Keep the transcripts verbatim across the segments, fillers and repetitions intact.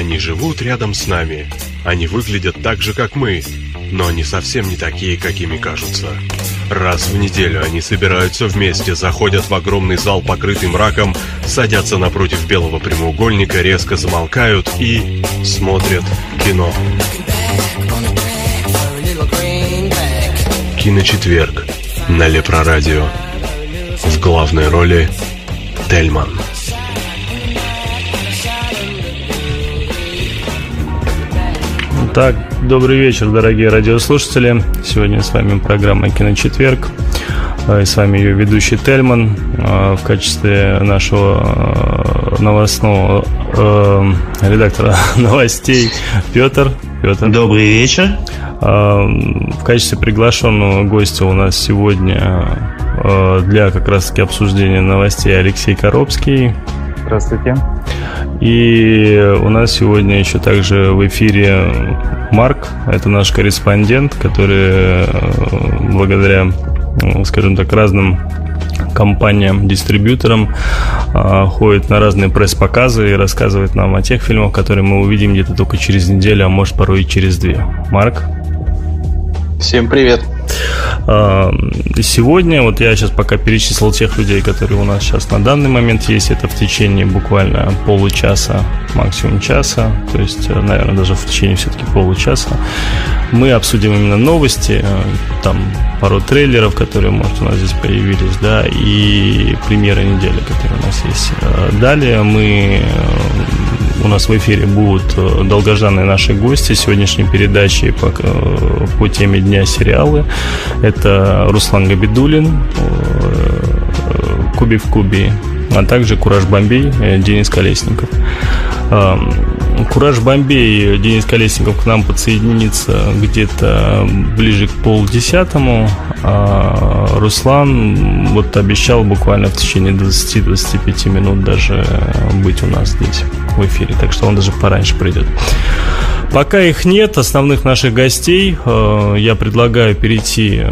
Они живут рядом с нами. Они выглядят так же, как мы, но они совсем не такие, какими кажутся. Раз в неделю они собираются вместе, заходят в огромный зал, покрытый мраком, садятся напротив белого прямоугольника, резко замолкают и смотрят кино. Киночетверг на Лепрорадио. В главной роли Тельман. Так, добрый вечер, дорогие радиослушатели. Сегодня с вами программа «Киночетверг». И с вами ее ведущий Тельман. В качестве нашего новостного э, редактора новостей Петр. Петр. Добрый вечер. В качестве приглашенного гостя у нас сегодня для как раз таки обсуждения новостей Алексей Коробский. Здравствуйте. И у нас сегодня еще также в эфире Марк. Это наш корреспондент, который благодаря, скажем так, разным компаниям, дистрибьюторам ходит на разные пресс-показы и рассказывает нам о тех фильмах, которые мы увидим где-то только через неделю, а может порой и через две. Марк? Всем привет. Сегодня, вот я сейчас пока перечислил тех людей, которые у нас сейчас на данный момент есть, это в течение буквально получаса, максимум часа, то есть, наверное, даже в течение все-таки получаса мы обсудим именно новости, там пару трейлеров, которые, может, у нас здесь появились, да, и премьеры недели, которые у нас есть. Далее мы... У нас в эфире будут долгожданные наши гости сегодняшней передачи по, по теме Дня сериалы. Это Руслан Габидуллин, Куби в Куби, а также Кураж Бомбей, Денис Колесников. Кураж Бомбей, Денис Колесников к нам подсоединится где-то ближе к полдесятому, а Руслан вот обещал буквально в течение двадцати-двадцати пяти минут даже быть у нас здесь в эфире, так что он даже пораньше придет. Пока их нет, основных наших гостей, я предлагаю перейти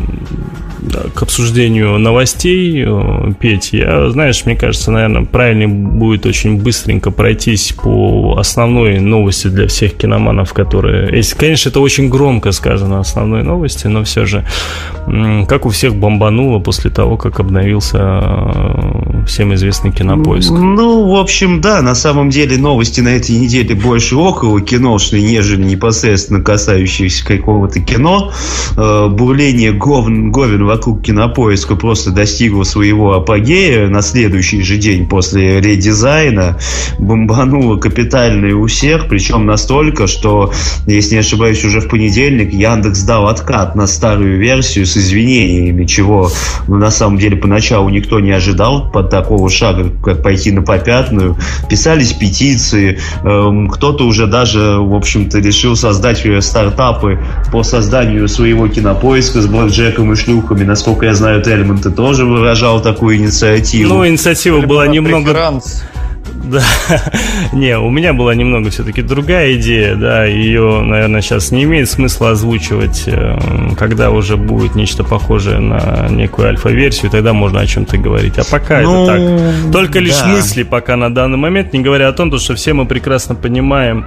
к обсуждению новостей. Петь, я, знаешь, мне кажется, наверное, правильнее будет очень быстренько пройтись по основной новости для всех киноманов, которые... Если, конечно, это очень громко сказано, основной новости, но все же, как у всех бомбануло после того, как обновился всем известный Кинопоиск. Ну, в общем, да, на самом деле новости на этой неделе больше около киношные, нежели непосредственно касающиеся какого-то кино. Бурление говен, говен вокруг Кинопоиска просто достигло своего апогея. На следующий же день после редизайна бомбануло капитально и у всех, причем настолько, что, если не ошибаюсь, уже в понедельник Яндекс дал откат на старую версию с извинениями, чего на самом деле поначалу никто не ожидал под такого шага, как пойти на попятную. Писались петиции, эм, кто-то уже даже, в общем-то, решил создать стартапы по созданию своего Кинопоиска с блэкджеком и шлюхами. Насколько я знаю, Тельман, ты тоже выражал такую инициативу. Ну, инициатива была немного... Да, не, у меня была немного все-таки другая идея, да, ее, наверное, сейчас не имеет смысла озвучивать, когда уже будет нечто похожее на некую альфа-версию, тогда можно о чем-то говорить, а пока ну, это так, только лишь да. мысли пока на данный момент, не говоря о том, что все мы прекрасно понимаем,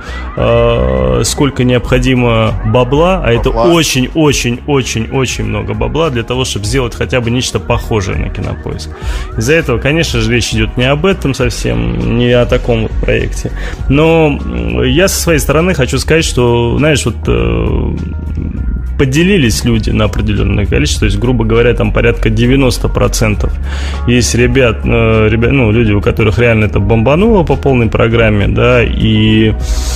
э, сколько необходимо бабла, а бабла. Это очень-очень-очень-очень много бабла для того, чтобы сделать хотя бы нечто похожее на Кинопоиск. Из-за этого, конечно же, речь идет не об этом совсем, не о таком вот проекте. Но я со своей стороны хочу сказать, что, знаешь, вот э, поделились люди на определенное количество, то есть, грубо говоря, там порядка девяносто процентов есть ребят, э, ребят, ну, люди, у которых реально это бомбануло по полной программе, да, и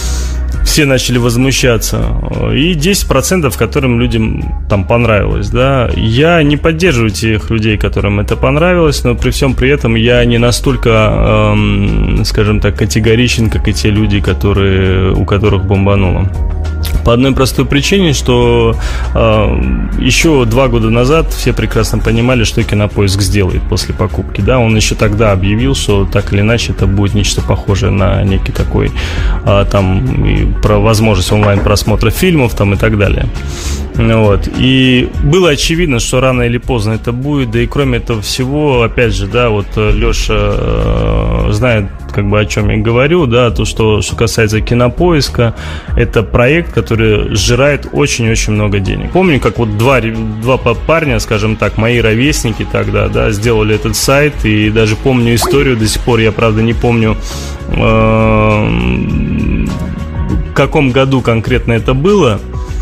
все начали возмущаться, и десять процентов, которым людям там понравилось, да. Я не поддерживаю тех людей, которым это понравилось, но при всем при этом я не настолько, эм, скажем так, категоричен, как и те люди, которые, у которых бомбануло. По одной простой причине, что э, еще два года назад все прекрасно понимали, что Кинопоиск сделает после покупки. Да? Он еще тогда объявил, что так или иначе это будет нечто похожее на некий такой э, там про возможность онлайн-просмотра фильмов там и так далее. Вот. И было очевидно, что рано или поздно это будет, да и кроме этого всего, опять же, да, вот Леша э, знает, как бы, о чем я говорю, да, то, что, что касается Кинопоиска, это проект, который сжирает очень-очень много денег. Помню, как вот два, два парня, скажем так, мои ровесники тогда, да, сделали этот сайт, и даже помню историю до сих пор, я, правда, не помню, э, в каком году конкретно это было.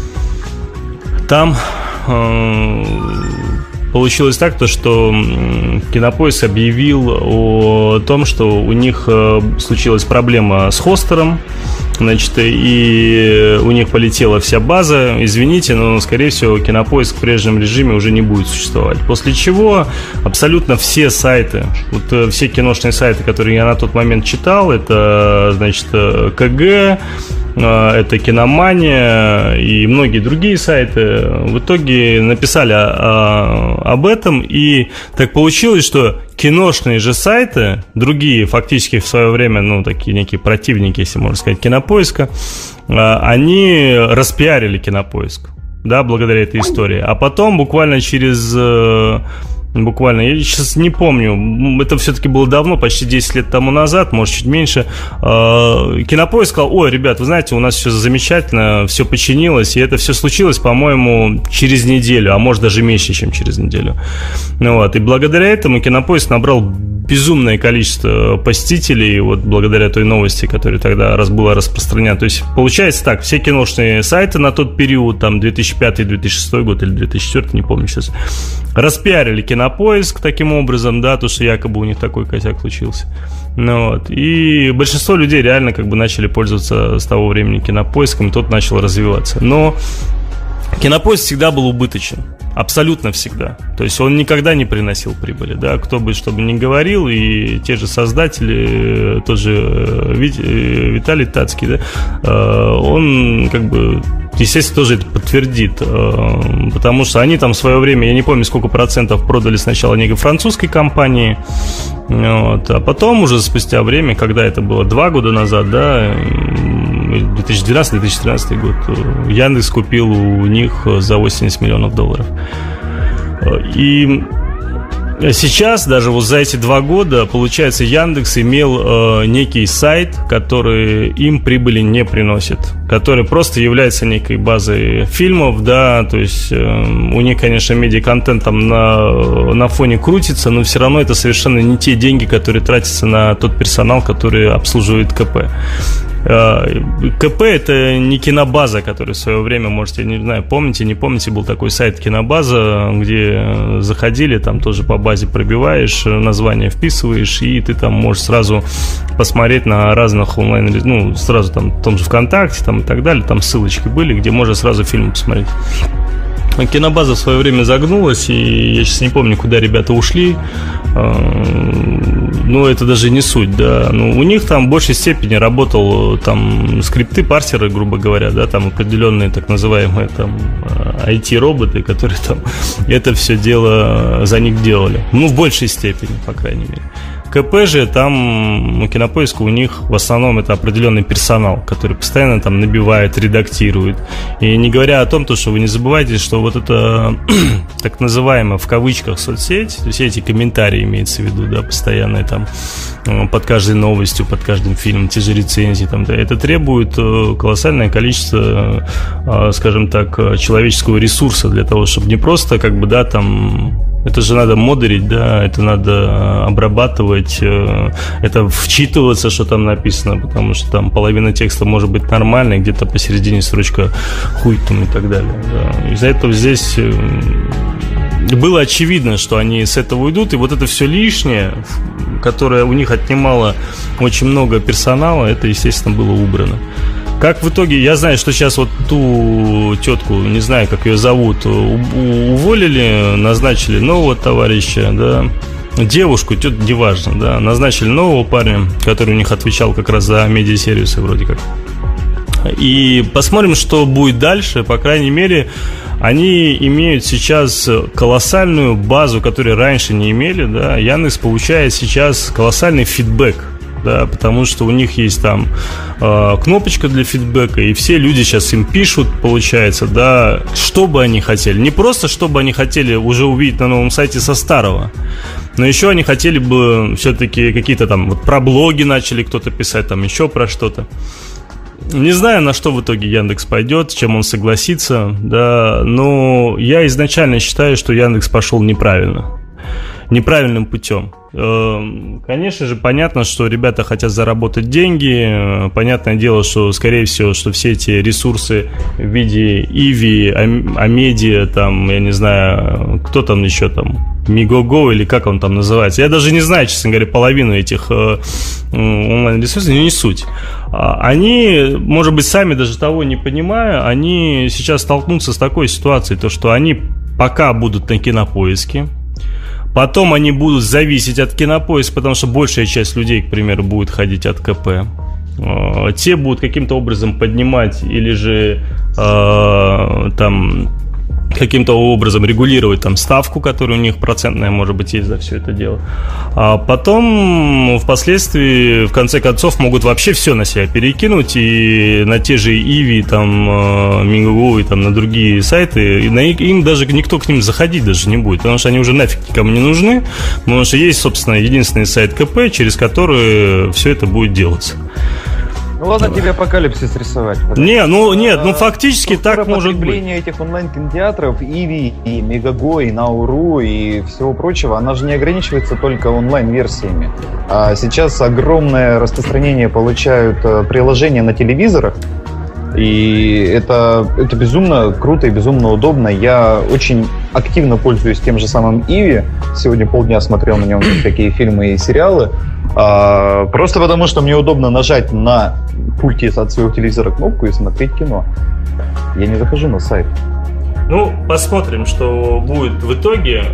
Там э, получилось так, то, что Кинопоиск объявил о том, что у них э, случилась проблема с хостером, значит, и у них полетела вся база. Извините, но, скорее всего, Кинопоиск в прежнем режиме уже не будет существовать. После чего абсолютно все сайты, вот все киношные сайты, которые я на тот момент читал, это, значит, КГ, это Киномания и многие другие сайты, в итоге написали о, о, об этом. И так получилось, что киношные же сайты, другие фактически в свое время, ну, такие некие противники, если можно сказать, Кинопоиска, они распиарили Кинопоиск, да, благодаря этой истории. А потом буквально через... Буквально, я сейчас не помню, это все-таки было давно, почти десять лет тому назад, может, чуть меньше. Кинопоиск сказал: ой, ребят, вы знаете, у нас все замечательно, все починилось, и это все случилось, по-моему, через неделю, а может, даже меньше, чем через неделю. Ну, вот. И благодаря этому Кинопоиск набрал безумное количество посетителей, вот благодаря той новости, которая тогда раз была распространена. То есть, получается так, все киношные сайты на тот период, там, две тысячи пятый - две тысячи шестой год или две тысячи четвёртый, не помню сейчас, распиарили Кинопоиск таким образом, да, то, что якобы у них такой косяк случился. Ну, вот. И большинство людей реально как бы начали пользоваться с того времени Кинопоиском, и тот начал развиваться. Но Кинопоиск всегда был убыточен. Абсолютно всегда. То есть он никогда не приносил прибыли, да, кто бы что бы ни говорил, и те же создатели, тот же Виталий Тацкий, да, он как бы, естественно, тоже это подтвердит, потому что они там в свое время, я не помню, сколько процентов продали сначала некой французской компании, вот, а потом уже спустя время, когда это было два года назад, да, две тысячи двенадцатый - две тысячи тринадцатый год, Яндекс купил у них за восемьдесят миллионов долларов. И сейчас, даже вот за эти два года, получается, Яндекс имел э, некий сайт, который им прибыли не приносит, который просто является некой базой фильмов, да, то есть э, у них, конечно, медиаконтент там на, на фоне крутится, но все равно это совершенно не те деньги, которые тратятся на тот персонал, который обслуживает КП. КП — это не Кинобаза, который в свое время, может, я не знаю, помните, не помните, был такой сайт Кинобаза, где заходили, там тоже по базе пробиваешь, название вписываешь, и ты там можешь сразу посмотреть на разных онлайн, ну, сразу там в том же ВКонтакте там и так далее, там ссылочки были, где можно сразу фильм посмотреть. Кинобаза в свое время загнулась, и я сейчас не помню, куда ребята ушли. Но это даже не суть, да. Ну, у них там в большей степени работал там скрипты, парсеры, грубо говоря, да, там определенные так называемые там ай ти-роботы, которые там это все дело за них делали. Ну, в большей степени, по крайней мере. КП же там у Кинопоиска у них в основном это определенный персонал, который постоянно там набивает, редактирует. И не говоря о том, то, что вы не забывайте, что вот это так называемая в кавычках соцсеть, то есть эти комментарии имеется в виду, да, постоянные там под каждой новостью, под каждым фильмом, те же рецензии, там, да, это требует колоссальное количество, скажем так, человеческого ресурса для того, чтобы не просто как бы, да, там... Это же надо модерить, да, это надо обрабатывать, это вчитываться, что там написано, потому что там половина текста может быть нормальной, где-то посередине строчка хуй там и так далее. Да. Из-за этого здесь было очевидно, что они с этого уйдут, и вот это все лишнее, которое у них отнимало очень много персонала, это, естественно, было убрано. Как в итоге, я знаю, что сейчас вот ту тетку, не знаю, как ее зовут, уволили, назначили нового товарища, да, девушку, тетку, неважно, да, назначили нового парня, который у них отвечал как раз за медиасервисы вроде как. И посмотрим, что будет дальше. По крайней мере, они имеют сейчас колоссальную базу, которую раньше не имели, да. Яндекс получает сейчас колоссальный фидбэк да, потому что у них есть там э, кнопочка для фидбэка, и все люди сейчас им пишут, получается, да, что бы они хотели. Не просто, что бы они хотели уже увидеть на новом сайте со старого, но еще они хотели бы все-таки какие-то там вот про блоги начали кто-то писать, там еще про что-то. Не знаю, на что в итоге Яндекс пойдет, с чем он согласится, да, но я изначально считаю, что Яндекс пошел неправильно, неправильным путем. Конечно же, понятно, что ребята хотят заработать деньги. Понятное дело, что, скорее всего, что все эти ресурсы в виде Иви, Амедиа, там, я не знаю, кто там еще там, Мегого или как он там называется. Я даже не знаю, честно говоря, половину этих онлайн-ресурсов, но не суть. Они, может быть, сами даже того не понимая, они сейчас столкнутся с такой ситуацией, то, что они пока будут на Кинопоиске. Потом они будут зависеть от Кинопоиска, потому что большая часть людей, к примеру, будет ходить от КП. Те будут каким-то образом поднимать или же э, там каким-то образом регулировать там ставку, которая у них процентная, может быть, есть за все это дело. А потом, впоследствии, в конце концов, могут вообще все на себя перекинуть и на те же Иви, там, Мегого и там на другие сайты, и на их, им даже никто к ним заходить даже не будет, потому что они уже нафиг никому не нужны, потому что есть, собственно, единственный сайт КП, через который все это будет делаться. Ну ладно, тебе апокалипсис рисовать. Не, ну нет, ну фактически а, так может быть. Потребление этих онлайн-кинотеатров, Иви, и Мегаго, и Науру, и всего прочего, она же не ограничивается только онлайн-версиями. А сейчас огромное распространение получают приложения на телевизорах, и это, это безумно круто и безумно удобно. Я очень активно пользуюсь тем же самым Иви. Сегодня полдня смотрел на нем такие фильмы и сериалы. А, просто потому, что мне удобно нажать на пульте от своего телевизора кнопку и смотреть кино. Я не захожу на сайт. Ну, посмотрим, что будет в итоге.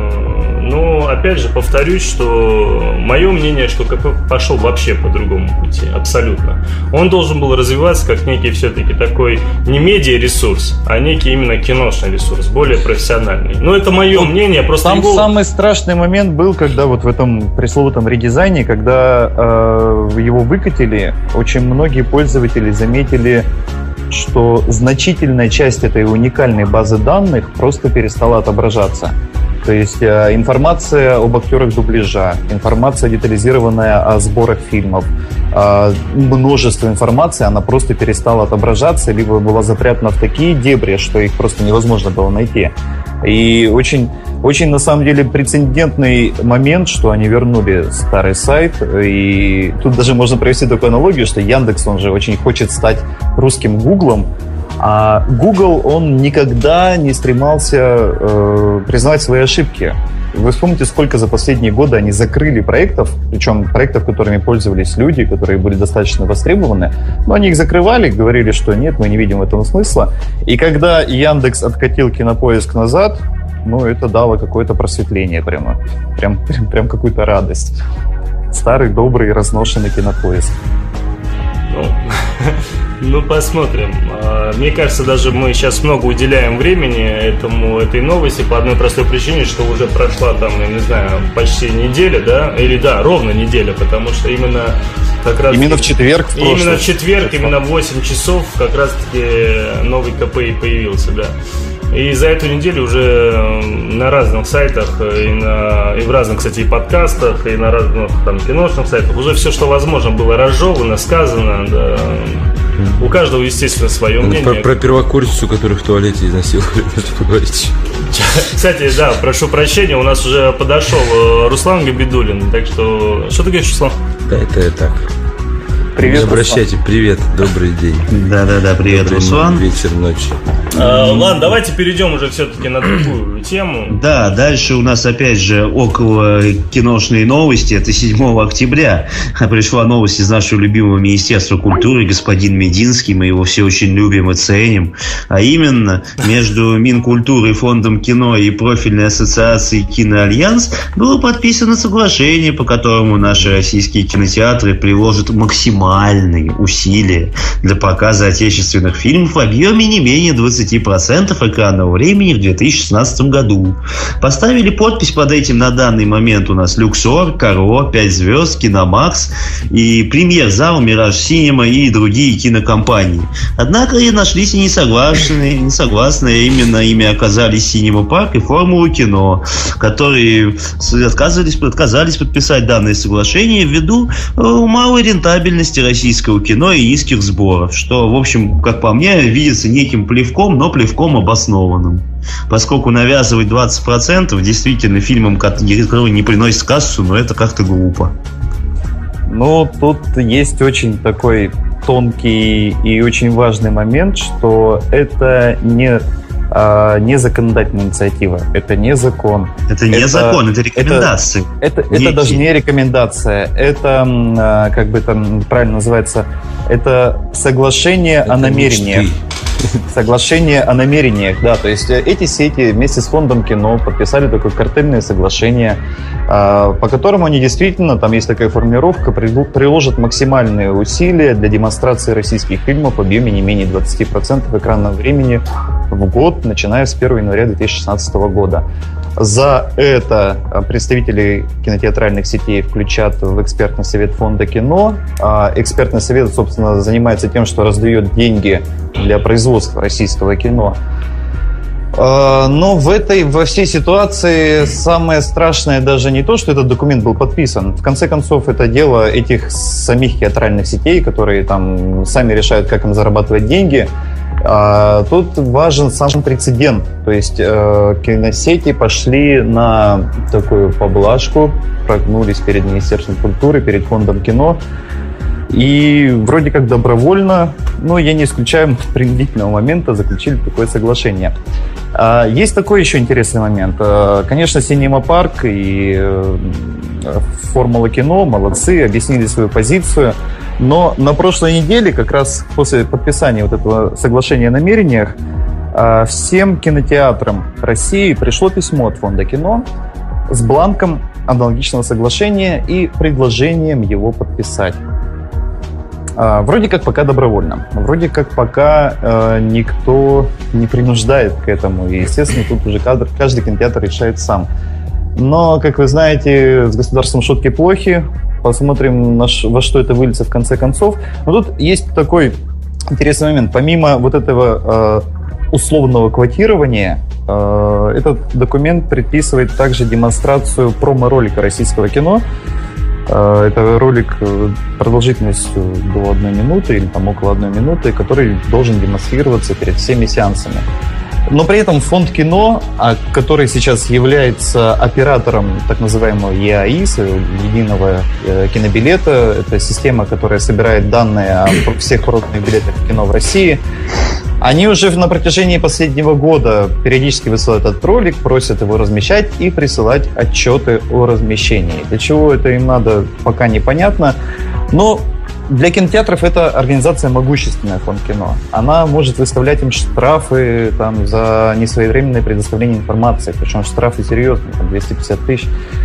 Но, опять же, повторюсь, что мое мнение, что КП пошел вообще по другому пути, абсолютно. Он должен был развиваться как некий все-таки такой не медиа-ресурс, а некий именно киношный ресурс, более профессиональный. Но это мое мнение, просто Там его... самый страшный момент был, когда вот в этом пресловутом редизайне, когда э, его выкатили, очень многие пользователи заметили, что значительная часть этой уникальной базы данных просто перестала отображаться. То есть э, информация об актерах дубляжа, информация детализированная о сборах фильмов, э, множество информации, она просто перестала отображаться, либо была запрятана в такие дебри, что их просто невозможно было найти. И очень, очень на самом деле прецедентный момент, что они вернули старый сайт, и тут даже можно провести такую аналогию, что Яндекс, он же очень хочет стать русским Гуглом, а Google, он никогда не стремался э, признавать свои ошибки. Вы вспомните, сколько за последние годы они закрыли проектов, причем проектов, которыми пользовались люди, которые были достаточно востребованы, но они их закрывали, говорили, что нет, мы не видим в этом смысла. И когда Яндекс откатил Кинопоиск назад, ну, это дало какое-то просветление прямо, прям, прям, прям какую-то радость. Старый, добрый, разношенный Кинопоиск. Ну, ну, посмотрим. Мне кажется, даже мы сейчас много уделяем времени этому, этой новости по одной простой причине, что уже прошла там, я не знаю, почти неделя, да? Или да, ровно неделя, потому что именно как раз... Именно в четверг в прошлый. Именно в четверг, именно в восемь часов как раз-таки новый КП и появился, да. И за эту неделю уже на разных сайтах, и, на, и в разных, кстати, и подкастах, и на разных там киношных сайтах уже все, что возможно, было разжевано, сказано. Да. У каждого, естественно, свое мнение. Про, про первокурсницу, которую в туалете изнасиловали, что поговорить. Кстати, да, прошу прощения, у нас уже подошел Руслан Габидуллин, так что... Что ты говоришь, Руслан? Да, это так. Привет, не обращайте, Руслан. Привет, добрый день. Да-да-да, привет, добрый Руслан. Вечер, ночи. А, ладно, давайте перейдем уже все-таки на другую тему. Да, дальше у нас опять же около киношные новости. Это седьмого октября пришла новость из нашего любимого Министерства культуры, господин Мединский, мы его все очень любим и ценим. А именно, между Минкультурой, Фондом кино и профильной ассоциацией Киноальянс было подписано соглашение, по которому наши российские кинотеатры приложат максимально минимальные усилия для показа отечественных фильмов в объеме не менее двадцать процентов экранного времени в две тысячи шестнадцатом году. Поставили подпись под этим на данный момент у нас Люксор, Каро, пять звезд, Киномакс и Премьер-зал, Мираж Синема и другие кинокомпании. Однако и нашлись и несогласные, несогласные, именно ими оказались Синема Парк и Формула Кино, которые отказались, отказались подписать данное соглашение ввиду малой рентабельности российского кино и низких сборов, что, в общем, как по мне, видится неким плевком, но плевком обоснованным. Поскольку навязывать двадцать процентов действительно фильмам, которые не приносят кассу, но это как-то глупо. Ну, тут есть очень такой тонкий и очень важный момент, что это не, а, не законодательная инициатива, это не закон. Это не это, закон, это рекомендации. Это, это, это даже не рекомендация, это, а, как бы там правильно называется, это соглашение это о намерениях. Соглашение о намерениях, да, то есть эти сети вместе с фондом кино подписали такое картельное соглашение, по которому они действительно, там есть такая формулировка, приложат максимальные усилия для демонстрации российских фильмов в объеме не менее двадцать процентов экранного времени в год, начиная с первого января две тысячи шестнадцатого года. За это представители кинотеатральных сетей включат в экспертный совет фонда кино. Экспертный совет, собственно, занимается тем, что раздает деньги для производства российского кино. Но в этой, во всей ситуации самое страшное даже не то, что этот документ был подписан. В конце концов, это дело этих самих театральных сетей, которые там сами решают, как им зарабатывать деньги. А тут важен сам прецедент. То есть э, киносети пошли на такую поблажку, прогнулись перед Министерством культуры, перед фондом кино. И вроде как добровольно, но я не исключаю, принудительного момента заключили такое соглашение. А, есть такой еще интересный момент. А, конечно, Синема Парк и э, Формула Кино молодцы, объяснили свою позицию. Но на прошлой неделе, как раз после подписания вот этого соглашения о намерениях, всем кинотеатрам России пришло письмо от фонда кино с бланком аналогичного соглашения и предложением его подписать. Вроде как пока добровольно, вроде как пока никто не принуждает к этому. И, естественно, тут уже каждый кинотеатр решает сам. Но, как вы знаете, с государством шутки плохи. Посмотрим, во что это выльется в конце концов. Но тут есть такой интересный момент. Помимо вот этого э, условного квотирования, э, этот документ предписывает также демонстрацию промо-ролика российского кино. Э, это ролик продолжительностью до одной минуты или там около одной минуты, который должен демонстрироваться перед всеми сеансами. Но при этом фонд кино, который сейчас является оператором так называемого ЕАИС, единого кинобилета, это система, которая собирает данные о всех проданных билетах в кино в России, они уже на протяжении последнего года периодически высылают этот ролик, просят его размещать и присылать отчеты о размещении. Для чего это им надо, пока непонятно, но для кинотеатров это организация могущественная, фонд кино. Она может выставлять им штрафы там, за несвоевременное предоставление информации. Причем штрафы серьезные, там двести пятьдесят тысяч.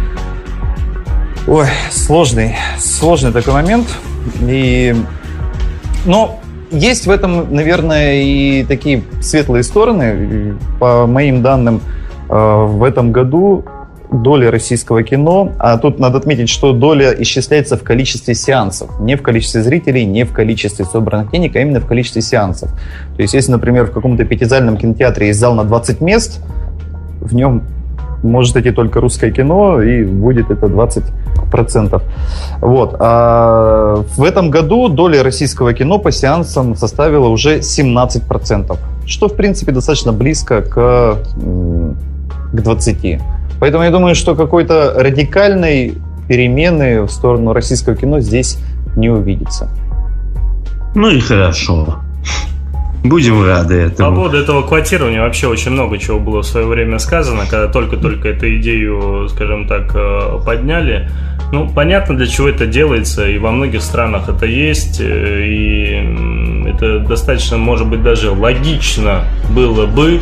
Ой, сложный, сложный такой момент. И... Но есть в этом, наверное, и такие светлые стороны. По моим данным, в этом году доля российского кино, а тут надо отметить, что доля исчисляется в количестве сеансов, не в количестве зрителей, не в количестве собранных денег, а именно в количестве сеансов. То есть, если, например, в каком-то пятизальном кинотеатре есть зал на двадцать мест, в нем может идти только русское кино, и будет это двадцать процентов. Вот. А в этом году доля российского кино по сеансам составила уже семнадцать процентов, что, в принципе, достаточно близко к, к двадцати. Поэтому я думаю, что какой-то радикальной перемены в сторону российского кино здесь не увидится. Ну и хорошо. Будем рады этому. По поводу этого квотирования вообще очень много чего было в свое время сказано, когда только-только эту идею, скажем так, подняли. Ну, понятно, для чего это делается, и во многих странах это есть, и это достаточно, может быть, даже логично было бы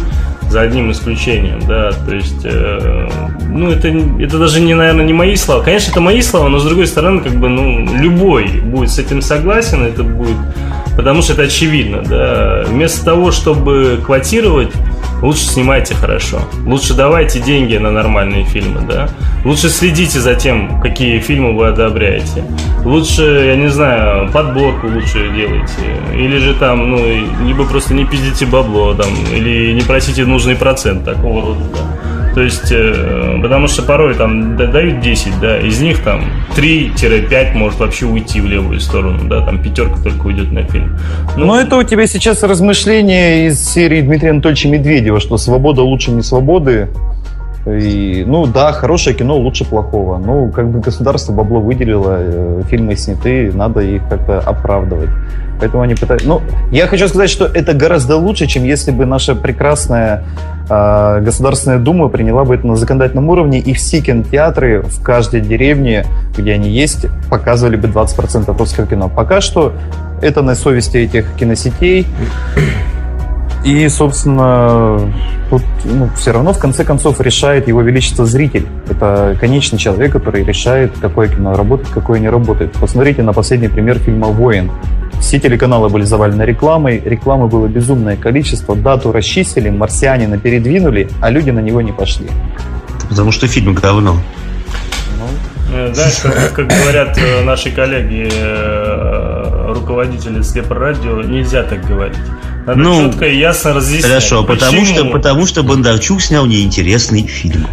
за одним исключением, да, то есть, э, ну, это, это даже, не, наверное, не мои слова. Конечно, это мои слова, но, с другой стороны, как бы, ну, любой будет с этим согласен, это будет, потому что это очевидно, да. Вместо того, чтобы квотировать, лучше снимайте хорошо, лучше давайте деньги на нормальные фильмы, да, лучше следите за тем, какие фильмы вы одобряете, лучше, я не знаю, подборку лучше делайте, или же там, ну, либо просто не пиздите бабло, там, или не просите нужный процент, такого рода, да. То есть, э, потому что порой там дают десять, да, из них там три-пять может вообще уйти в левую сторону, да, там пятерка только уйдет на фильм. Ну, Но это у тебя сейчас размышления из серии Дмитрия Анатольевича Медведева, что свобода лучше не свободы. И, ну да, хорошее кино лучше плохого. Ну, как бы государство бабло выделило, фильмы сняты, надо их как-то оправдывать. Поэтому они пытаются... Ну, я хочу сказать, что это гораздо лучше, чем если бы наша прекрасная э, Государственная Дума приняла бы это на законодательном уровне, и все кинотеатры в каждой деревне, где они есть, показывали бы двадцать процентов русского кино. Пока что это на совести этих киносетей. И, собственно, тут ну, все равно, в конце концов, решает его величество зритель. Это конечный человек, который решает, какое кино работает, какое не работает. Посмотрите на последний пример фильма «Воин». Все телеканалы были завалены рекламой, рекламы было безумное количество, дату расчистили, марсианина передвинули, а люди на него не пошли. Потому что фильм говно. Знаешь, как, как говорят наши коллеги, руководители Слепрадио, нельзя так говорить. Надо ну, четко и ясно разъяснять. Хорошо, потому что, потому что Бондарчук снял неинтересный фильм.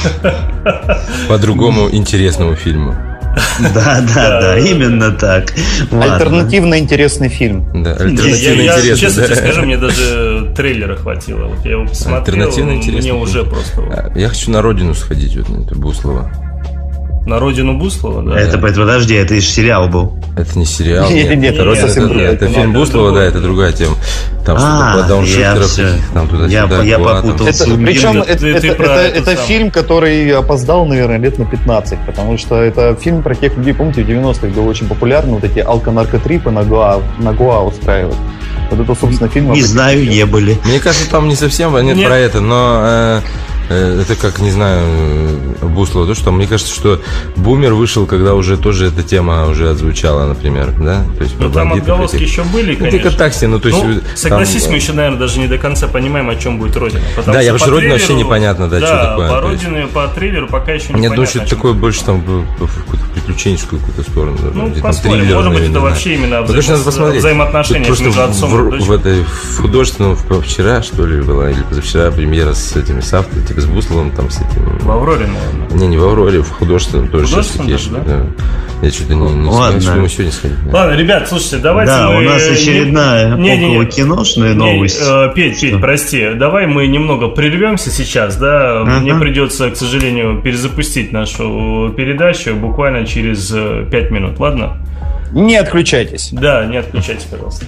По другому интересному фильму. Да, да, да, именно так. Альтернативно интересный фильм. Да, альтернативно я, интересный. Я, честно тебе скажу, мне даже трейлера хватило. Вот я его посмотрел, мне уже просто... Я хочу на родину сходить, вот на это Буслово. На родину Буслова, да? Это, да. Подожди, это же сериал был. Это не сериал, нет, нет, нет, это, нет, это, нет, это фильм Буслова, да, это другая тема. Там а, что-то дауншифтеров, там туда-сюда. Я, я попутался. Это, причем это, ты, это, ты это, это, это фильм, который опоздал, наверное, лет на пятнадцать, потому что это фильм про тех людей, помните, в девяностых был очень популярно, вот эти алко-наркотрипы на Гоа, на Гоа устраивать. Вот это, собственно, фильм... Не знаю, не были. Мне кажется, там не совсем нет, нет. про это, но... Э, это как, не знаю, Буслова, то, что мне кажется, что «Бумер» вышел, когда уже тоже эта тема уже отзвучала, например, да? То есть, ну, там отголоски этих... еще были, конечно. Ну, такси, ну, то есть, ну, согласись, там... мы еще, наверное, даже не до конца понимаем, о чем будет «Родина». Да, я вообще «Родина» вообще непонятно, да, да, что такое. по «Родине», есть... по трейлеру пока еще не Нет, понятно. Нет, ну, что-то такое больше там в приключенческую какую-то сторону. Ну, посмотрим, триллер, может быть, это вообще именно взаимоотношения между отцом и дочерью. В этой художественном вчера, что ли, была, или позавчера премьера с этими, с автором, типа, с Бусловым, там, с этим... В «Авроре», наверное. Не, не в «Авроре», в художественном тоже сейчас такие, да? да. Я что-то не, не знаю, что мы сегодня сходить. Да. Ладно, ребят, слушайте, давайте да, мы... у нас очередная не, не, около киношная не, новость. Э, Петь, Петь, прости, давай мы немного прервемся сейчас, да? Uh-huh. Мне придется, к сожалению, перезапустить нашу передачу буквально через пять минут, ладно? Не отключайтесь. Да, не отключайтесь, пожалуйста.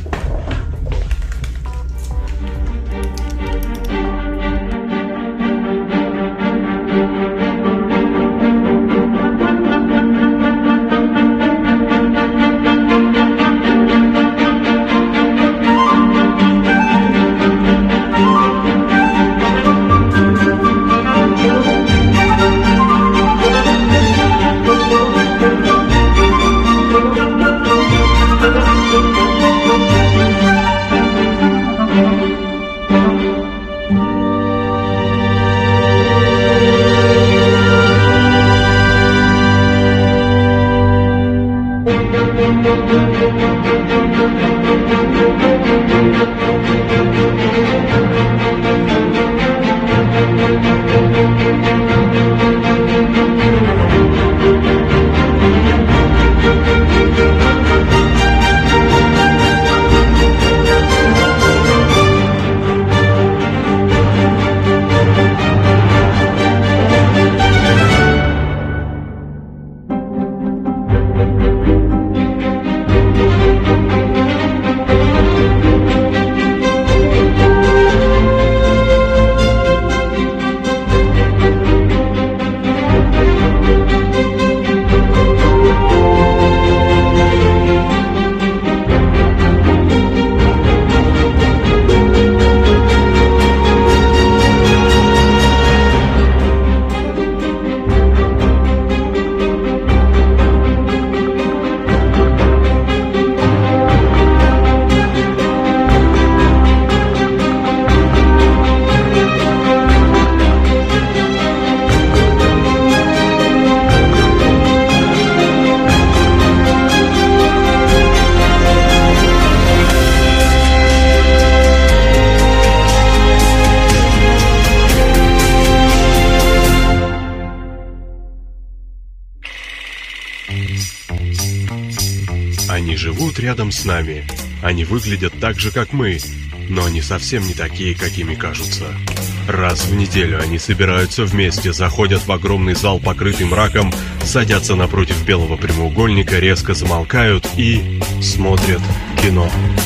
рядом с нами. Они выглядят так же, как мы, но они совсем не такие, какими кажутся. Раз в неделю они собираются вместе, заходят в огромный зал, покрытый мраком, садятся напротив белого прямоугольника, резко замолкают и смотрят кино.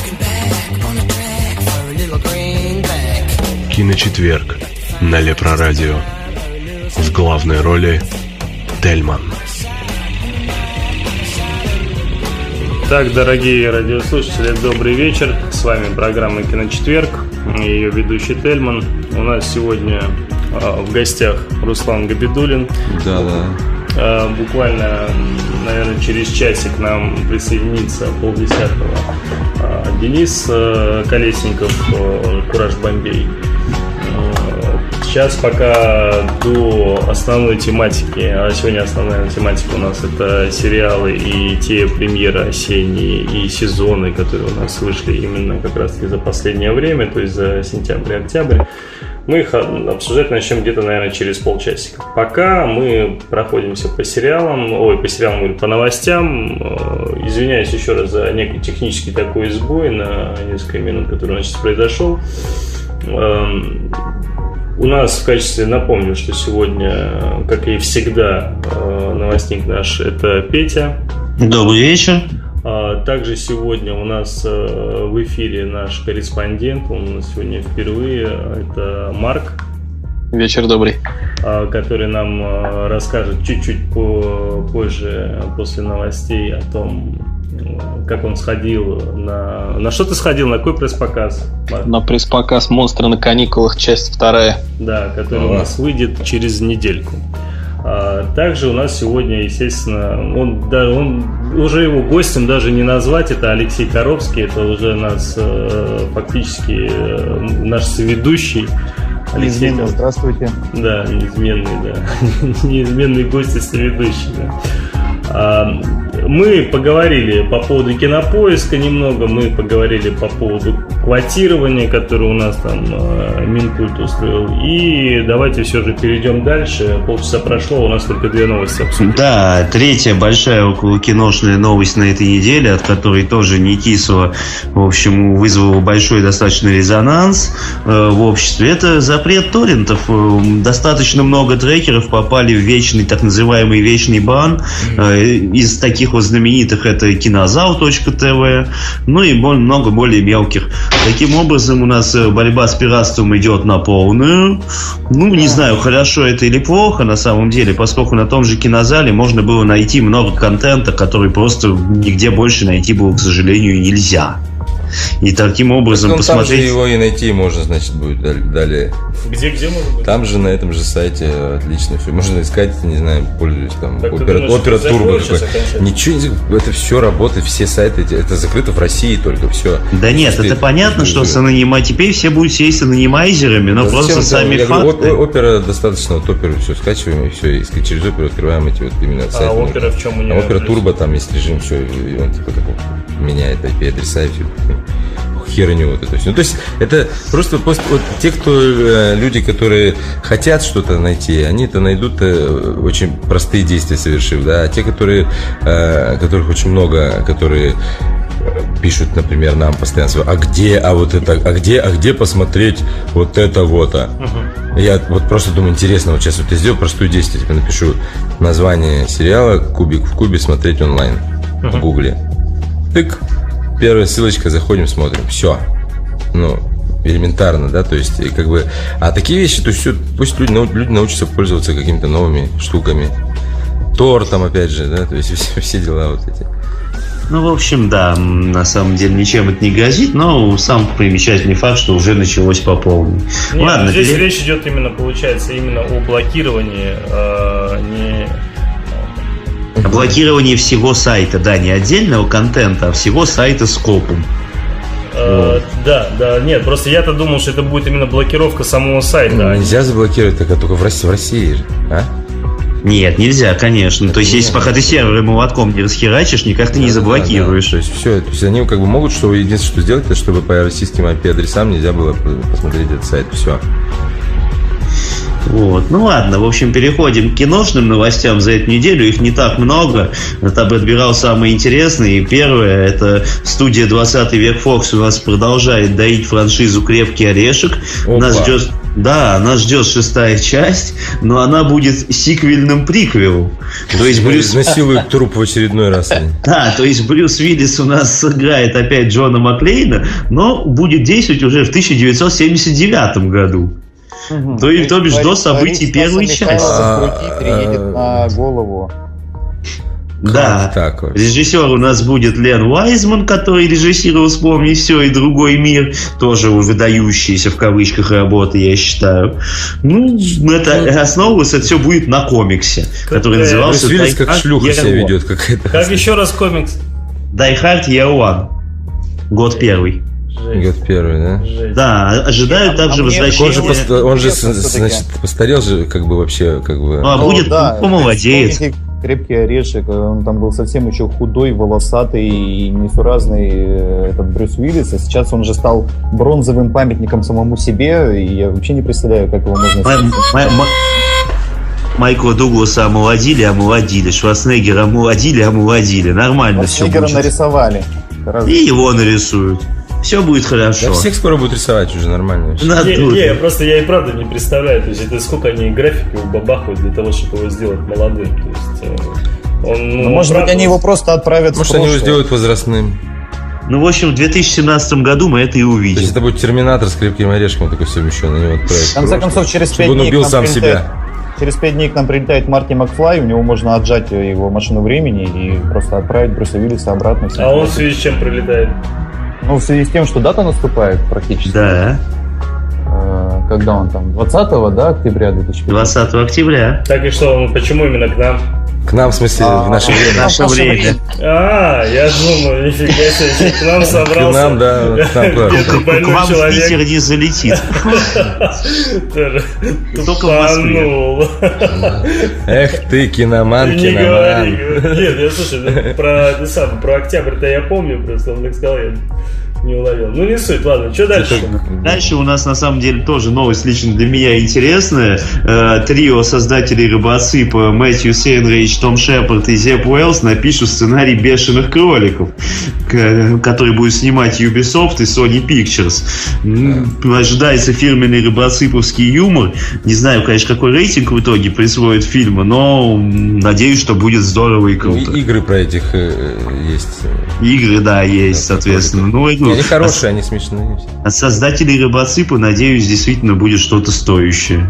Киночетверг на Лепрорадио. В главной роли Тельман. Так, дорогие радиослушатели, добрый вечер. С вами программа «Киночетверг» и ее ведущий Тельман. У нас сегодня э, в гостях Руслан Габидуллин. Да, да. Э, буквально, наверное, через часик к нам присоединится полдесятого э, Денис э, Колесников, э, «Кураж Бомбей». Сейчас пока до основной тематики, а сегодня основная тематика у нас это сериалы и те премьеры осенние и сезоны, которые у нас вышли именно как раз таки за последнее время, то есть за сентябрь и октябрь. Мы их обсуждать начнем где-то, наверное, через полчасика. Пока мы проходимся по сериалам, ой, по сериалам, говорю, по новостям. Извиняюсь еще раз за некий технический такой сбой на несколько минут, который у нас сейчас произошел. У нас в качестве, напомню, что сегодня, как и всегда, новостник наш – это Петя. Добрый вечер. Также сегодня у нас в эфире наш корреспондент, он у нас сегодня впервые, это Марк. Вечер добрый. Который нам расскажет чуть-чуть позже, после новостей, о том, как он сходил на... На что ты сходил? На какой пресс-показ, Марк? На пресс-показ «Монстры на каникулах», часть вторая. Да, который О. у нас выйдет через недельку. А, также у нас сегодня, естественно, он, да, он уже его гостем даже не назвать, это Алексей Коробский, это уже нас э, фактически э, наш соведущий. Алексей, здравствуйте. Да, неизменный, да. Неизменный гость и соведущий, да. Мы поговорили по поводу Кинопоиска немного, мы поговорили по поводу квотирования, которое у нас там Минкульт устроил. И давайте все же перейдем дальше. Полчаса прошло, у нас только две новости обсудить. Да, третья большая околокиношная новость на этой неделе, от которой тоже не кисло, в общем, вызвала большой достаточно резонанс э, в обществе. Это запрет торрентов. Достаточно много трекеров попали в вечный, так называемый вечный бан. Э, из таких вот знаменитых это кинозал точка тв, ну и много более мелких. Таким образом, у нас борьба с пиратством идет на полную. Ну, не знаю, хорошо это или плохо на самом деле, поскольку на том же кинозале можно было найти много контента, который просто нигде больше найти было, к сожалению, нельзя. И таким образом ну, посмотреть... Там же его и найти можно, значит, будет далее. Где, где можно будет? Там же на этом же сайте отлично все. Можно искать, не знаю, пользуясь там опера, опера турбо какой. Ничего не... Это все работает, все сайты, это закрыто в России только, все. Да нет, это понятно, что с анонима... Теперь все будут сидеть с анонимайзерами, но да просто сами я факты... Говорю, опера достаточно, вот оперу все скачиваем, и все, и через оперу открываем эти вот именно сайты. А опера в чем у него? А опера турбо, там есть режим, все, и он типа такой меняет ай пи-адреса и все. Херню вот это все. Ну, то есть, это просто вот, те, кто э, люди, которые хотят что-то найти, они это найдут э, очень простые действия совершив, да, а те, которые, э, которых очень много, которые пишут, например, нам постоянно, а где, а вот это, а где, а где посмотреть вот это вот, а? Uh-huh. Я вот просто думаю, интересно, вот сейчас вот я сделаю простую действие, типа напишу название сериала «Кубик в кубе смотреть онлайн» uh-huh. в Гугле. Тык. Первая ссылочка, заходим, смотрим. Все. Ну, элементарно, да, то есть, как бы... А такие вещи, то есть, все, пусть люди, люди научатся пользоваться какими-то новыми штуками. Тор там, опять же, да, то есть, все, все дела вот эти. Ну, в общем, да, на самом деле ничем это не грозит, но сам примечательный факт, что уже началось по полной. Нет, Ладно, здесь пере... речь идет именно, получается, именно о блокировании, э, не... Блокирование всего сайта, да, не отдельного контента, а всего сайта скопом. Э, вот. Да, да, нет, просто я-то думал, что это будет именно блокировка самого сайта. Ну, нельзя заблокировать так, только в России, в России же, а? Нет, нельзя, конечно. Это то есть, если пока ты серверы молотком не расхерачишь, никак ты да, не заблокируешь. Да, да. То есть, все, то есть они как бы могут, что единственное, что сделать, это чтобы по российским ай пи-адресам нельзя было посмотреть этот сайт. Все. Вот. Ну ладно, в общем, переходим к киношным новостям за эту неделю. Их не так много. Я там отбирал самые интересные. И первое, это студия двадцатый век Фокс у нас продолжает доить франшизу «Крепкий орешек». Опа. Нас ждет, да, нас ждет шестая часть, но она будет сиквельным приквелом. То есть Брюс... Насилуют труп в очередной раз. Да, то есть Брюс Уиллис у нас сыграет опять Джона Маклейна, но будет действовать уже в тысяча девятьсот семьдесят девятом году. Угу. То, есть, то бишь до событий первой части. Переедет на голову. Да, так вот. Режиссер у нас будет Лен Уайзман, который режиссировал «Вспомни все» и «Другой мир». Тоже выдающиеся в кавычках работы, я считаю. Ну, это основываться это все будет на комиксе, который назывался Die Hard. Как шлюха себя ведет какая-то. Как еще раз комикс? Die Hard Year One. Год первый. Жесть. Год первый, да? Жесть. Да, ожидают также а возвращения. Он же, пост... он же значит, постарел же, как бы вообще, как бы. Ну, а будет, да, помолодеет. «Крепкий орешек», он там был совсем еще худой, волосатый и несуразный, этот Брюс Уиллис, а сейчас он же стал бронзовым памятником самому себе, и я вообще не представляю, как его можно... М- м- м- Майкла Дугласа омолодили, омолодили, Шварценеггера омолодили, омолодили. Нормально все будет. нарисовали. И его нарисуют. Все будет хорошо. Да всех скоро будут рисовать уже нормально. Не, не, я просто я и правда не представляю, то есть это сколько они графики убабахают для того, чтобы его сделать молодым. То есть он, ну, ну, может правда... быть, они его просто отправят Может, в прошлое. они его сделают возрастным. Ну, в общем, в две тысячи семнадцатом году мы это и увидим. То есть это будет Терминатор с крепким орешком такой совмещенный, его отправить. В конце концов, через пять он дней убил к нам сам прилетает, себя. через пять дней к нам прилетает Марти Макфлай, у него можно отжать его машину времени и просто отправить Брюса Уиллиса обратно. А он в связи с чем прилетает? Ну, в связи с тем, что дата наступает практически. Да. Э, когда он там? двадцатого, да, октября две тысячи пятнадцатого? двадцатого октября. Так и что, почему именно к нам? К нам, в смысле, А, в наше время. В наше время. А, я думаю, нифига себе, к нам собрался. К нам, да, к нам, правда. К больной вам в человек. Питер не залетит. Тоже Только в Москве. тупанул. Эх ты, киноман, Не говори. киноман. Нет, я слушай, ну, про, это самое, про октябрь-то я помню, просто он так сказал, я не уловил. Ну не суть, ладно, что дальше? Дальше у нас на самом деле тоже новость лично для меня интересная. Э, Трио создателей Робоципа Мэтью Сейнрейдж, Том Шепард и Зеб Уэллс напишут сценарий «Бешеных кроликов», к- который будет снимать Ubisoft и Sony Pictures. М, Ожидается фирменный робоциповский юмор. Не знаю, конечно, какой рейтинг в итоге присвоит фильму, но м, надеюсь, что будет здорово и Ну, круто. и- Игры про этих э, есть. Игры, да, есть, соответственно. Ну, и, ну, Они хорошие, они смешные. от создателей Робоципа, надеюсь, действительно будет что-то стоящее.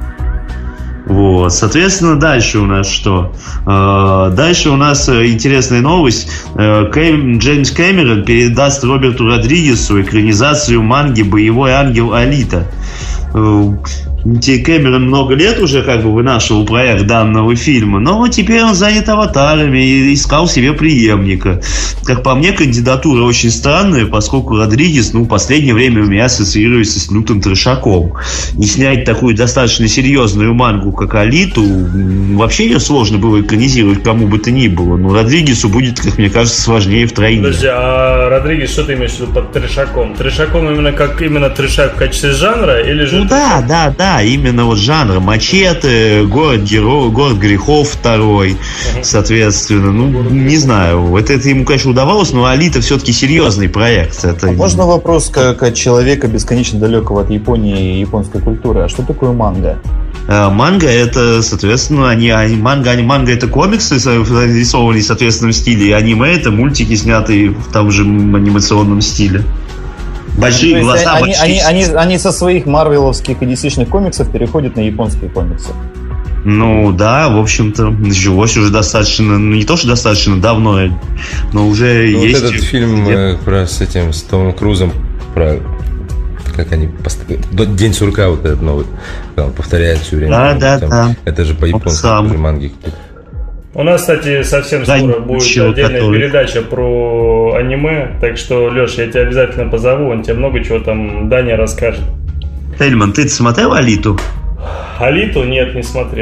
Вот, соответственно, дальше у нас что? Э, Дальше у нас э, интересная новость. Э, Кэм- Джеймс Кэмерон передаст Роберту Родригесу экранизацию манги «Боевой ангел Алита». Э, Ти Кэмерон много лет уже как бы вынашивал проект данного фильма, но теперь он занят аватарами и искал себе преемника. Как по мне, кандидатура очень странная, поскольку Родригес, ну, в последнее время у меня ассоциируется с лютым трешаком. И снять такую достаточно серьезную мангу, как Алиту, м, вообще ее сложно было экранизировать кому бы то ни было. Но Родригесу будет, как мне кажется, сложнее втройне. Подожди, а Родригес, что ты имеешь в виду под трешаком? Трешаком именно как именно трешак в качестве жанра или же... Ну да, да, да, именно вот жанр Мачете, Город героев, Город грехов второй, соответственно, ну, не знаю, это, это ему, конечно, удавалось, но Алита все-таки серьезный проект. Это... А можно вопрос как от человека бесконечно далекого от Японии и японской культуры? А что такое манга? А, манга это, соответственно, они, они манга, они, манга это комиксы, со- нарисованные в соответственном стиле, и аниме это мультики, снятые в том же анимационном стиле. Большие То есть глаза, они, большие... они, они, они со своих марвеловских и ди си-шных комиксов переходят на японские комиксы. Ну да, в общем-то, началось уже достаточно, ну не то, что достаточно давно, но уже Ну, есть... вот этот фильм э, про с этим, с Томом Крузом, про как они пост- до- День сурка вот этот новый, он повторяет все время. Да, да, Там, да. Это же по японски, сам. тоже манги. У нас, кстати, совсем Да, скоро будет ничего, отдельная который- передача про аниме, так что, Леш, я тебя обязательно позову, он тебе много чего там Даня расскажет. Тельман, ты смотрел Алиту? Алиту нет, не смотрел.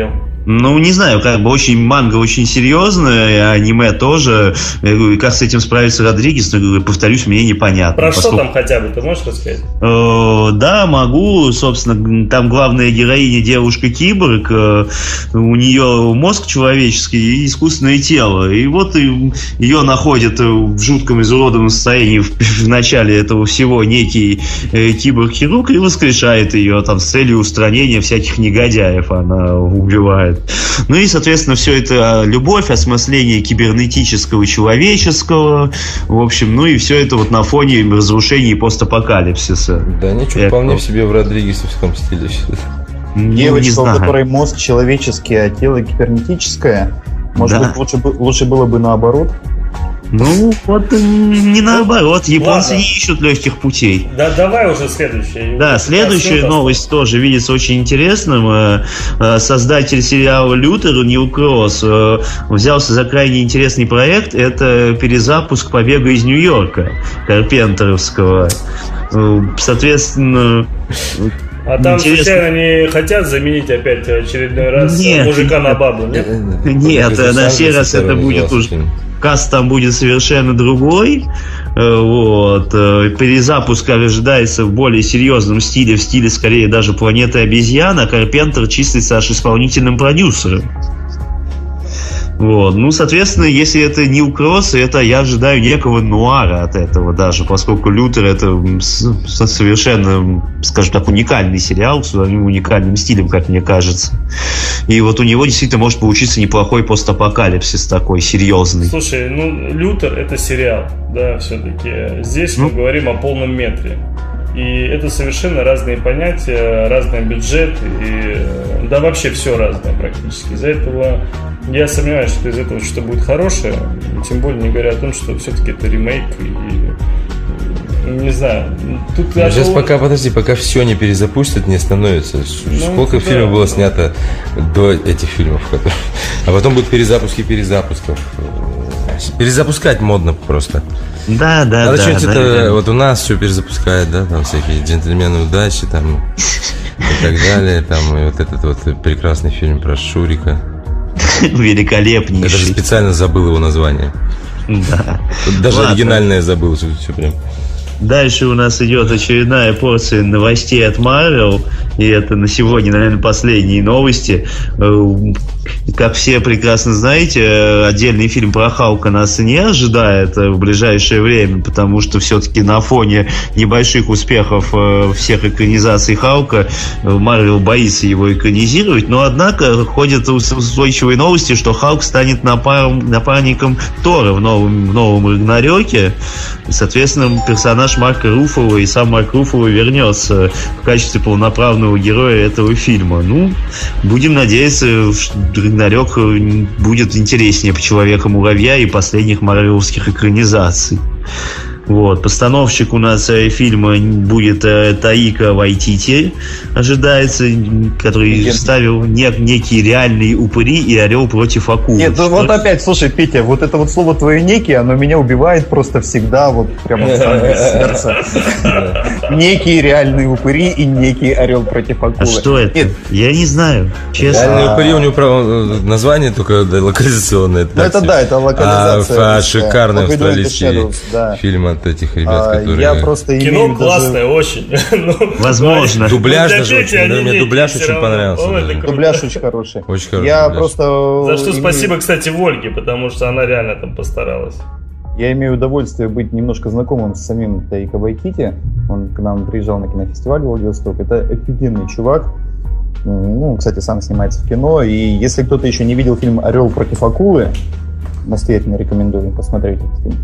Ну, не знаю, как бы очень манга очень серьезная, аниме тоже. Я говорю, как с этим справится Родригес, но, говорю, повторюсь, мне непонятно. Про поскольку... что там хотя бы, ты можешь рассказать? Э, да, могу. Собственно, там главная героиня девушка-киборг, э, у нее мозг человеческий и искусственное тело. И вот ее находят в жутком изуродованном состоянии в, в начале этого всего некий э, киборг-хирург и воскрешает ее там с целью устранения всяких негодяев. Она убивает. Ну и, соответственно, все это любовь, осмысление кибернетического и человеческого, в общем, ну и все это вот на фоне разрушений и постапокалипсиса. Да, ничего, это... вполне в себе в Родригесовском стиле. Девочка, у которой мозг человеческий, а тело кибернетическое, может да. быть, лучше, лучше было бы наоборот? Ну, вот не наоборот. Японцы Ладно. не ищут легких путей. Да, давай уже следующее. Да, следующая да, новость тоже видится очень интересным. Создатель сериала «Лютер» Нил Кросс взялся за крайне интересный проект. Это перезапуск «Побега из Нью-Йорка» Карпентеровского. Соответственно... А там Интересно. случайно не хотят заменить опять очередной раз нет, мужика на бабу, нет? Нет, на сей раз это будет уже... Каст там будет совершенно другой. Вот. Перезапуск ожидается в более серьезном стиле, в стиле скорее даже «Планеты обезьян», а Карпентер числится аж исполнительным продюсером. Вот. Ну, соответственно, если это Нил Кросс, это я ожидаю некого нуара от этого даже, поскольку «Лютер» — это совершенно, скажем так, уникальный сериал с своим уникальным стилем, как мне кажется. И вот у него действительно может получиться неплохой постапокалипсис такой серьезный. Слушай, ну, «Лютер» — это сериал, да, все-таки. Здесь ну? мы говорим о полном метре. И это совершенно разные понятия, разный бюджет, и да вообще все разное практически. Из-за этого я сомневаюсь, что из этого что-то будет хорошее, тем более не говоря о том, что все-таки это ремейк и не знаю. Тут ну, сейчас того... пока, подожди, пока все не перезапустят, не становится. Ну, Сколько да. фильмов было снято до этих фильмов, которые... а потом будут перезапуски перезапусков. Перезапускать модно просто. Да, да, Надо да. что-нибудь да, это, да. вот у нас все перезапускает, да, там всякие джентльмены удачи, там и так далее, там и вот этот вот прекрасный фильм про Шурика. Великолепнейший. Я даже специально забыл его название. Да. Даже Ладно. оригинальное забыл, все, все прям. Дальше у нас идет очередная порция новостей от Marvel. И это на сегодня, наверное, последние новости. Как все прекрасно знаете, отдельный фильм про Халка нас не ожидает в ближайшее время, потому что все-таки на фоне небольших успехов всех экранизаций Халка Marvel боится его экранизировать. Но, однако, ходят устойчивые новости, что Халк станет напар... напарником Тора в новом, в новом Рагнарёке. Соответственно, персонаж Марка Руффало и сам Марк Руффало вернется в качестве полноправного героя этого фильма. Ну, будем надеяться, что Рагнарёк будет интереснее по Человека-муравья и последних марвеловских экранизаций. Вот. Постановщик у нас фильма будет Таика Вайтити, ожидается, который Нет. ставил нек- некие реальные упыри и орел против акулы. Нет, ну вот опять, слушай, Петя, вот это вот слово твое некий, оно меня убивает просто всегда, вот прямо в самое сердце. Некие реальные упыри и некий орел против акулы. А что это? Нет. Я не знаю, честно. Реальные упыри, у него название только локализационное. Ну это да, это локализация. А шикарный австралийский фильм этих ребят, а, которые... Я просто Кино классное, даже... очень. Возможно. Дубляж даже очень, мне дубляж очень понравился. Дубляж очень хороший. Очень хороший. Я просто... За что спасибо, кстати, Вольге, потому что она реально там постаралась. Я имею удовольствие быть немножко знакомым с самим Таика Вайтити. Он к нам приезжал на кинофестиваль Владивосток. Это офигенный чувак. Ну, кстати, сам снимается в кино. И если кто-то еще не видел фильм «Орел против акулы», настоятельно рекомендую посмотреть этот фильм.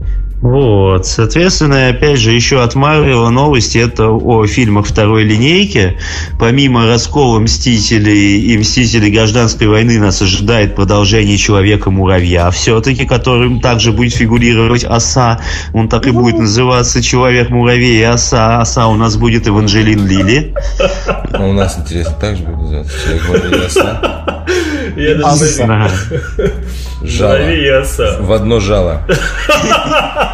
Вот, соответственно, опять же, еще от Марвела новости, это о фильмах второй линейки. Помимо раскола Мстителей и Мстителей Гражданской войны нас ожидает продолжение Человека-муравья, все-таки, которым также будет фигурировать Оса. Он так и будет называться Человек-муравей и Оса. Оса у нас будет Эванжелин Лили. А у нас, интересно, так же будет называться Человек-муравей и Оса? Я даже Жало. В одно жало.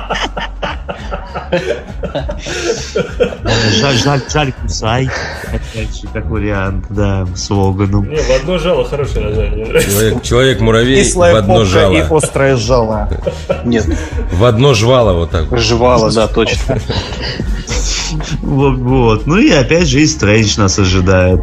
Жаль, жаль, жаль, кусай. как вариант, да, с Логаном. Не, в одно жало хорошее название. Человек, человек-муравей в Кислая одно попка жало. и острое жало. Нет, В одно жвало вот так вот. жвало, да, точно. Вот, вот. Ну и опять же и Стрэндж нас ожидает.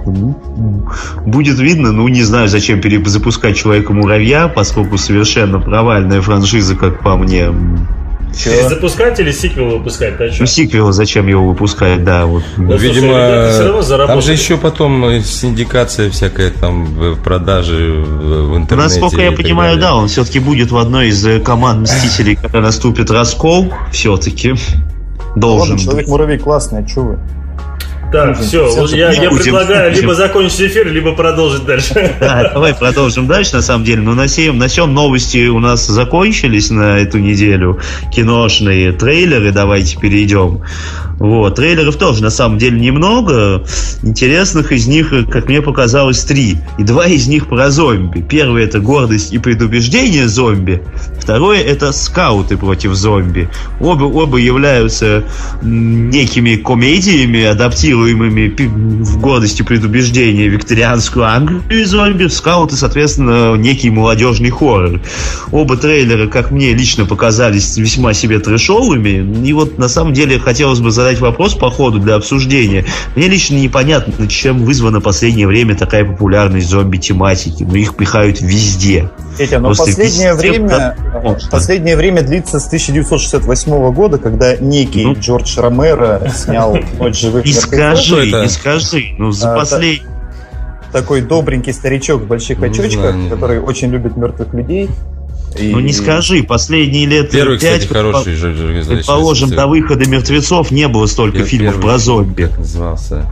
Будет видно, ну не знаю, зачем перезапускать Человека-муравья, поскольку совершенно провальная франшиза, как по мне. Запускать или сиквел выпускать? Да, Ну сиквел, зачем его выпускать, да. Вот. Да, Видимо, слушай, ребята все равно заработали. там же еще потом синдикация всякая там в продаже в интернете. Насколько я и так понимаю, далее. да, он все-таки будет в одной из э, команд Мстителей, когда наступит раскол, все-таки должен. Ладно, Человек-муравей классный, а что вы? Так, все, Всё же я, я будем. предлагаю либо закончить эфир, либо продолжить дальше. Да, давай продолжим дальше, на самом деле. Но на сем, на сем новости у нас закончились на эту неделю. Киношные трейлеры, давайте перейдем. Вот, трейлеров тоже на самом деле немного. Интересных из них, как мне показалось, три. И два из них про зомби. Первый — это «Гордость и предубеждение зомби». Второе — это «Скауты против зомби». Оба, оба являются м, некими комедиями, адаптируемыми пи- в «Гордость и предубеждение» викторианскую Англию зомби. «Скауты», соответственно, некий молодежный хоррор. Оба трейлера, как мне лично показались, весьма себе трэшовыми. И вот на самом деле хотелось бы задать вопрос по ходу для обсуждения. Мне лично непонятно, чем вызвана в последнее время такая популярность зомби-тематики. Но их пихают везде. Петя, но Просто последнее везде, время, да, последнее время длится с тысяча девятьсот шестьдесят восьмого года, когда некий Ну. Джордж Ромеро снял «Ночь живых Не мертвецов». скажи, это? не скажи. Ну, за А, последний... Такой добренький старичок в больших Не очочках, знаю, не который очень любит мертвых людей. И- Ну, не скажи. Последние лет Первый, пять, кстати, хороший. же- же- же- предположим, сейчас- до выхода «Мертвецов» не было столько Пер- фильмов первый про фильм, зомби. Как назывался?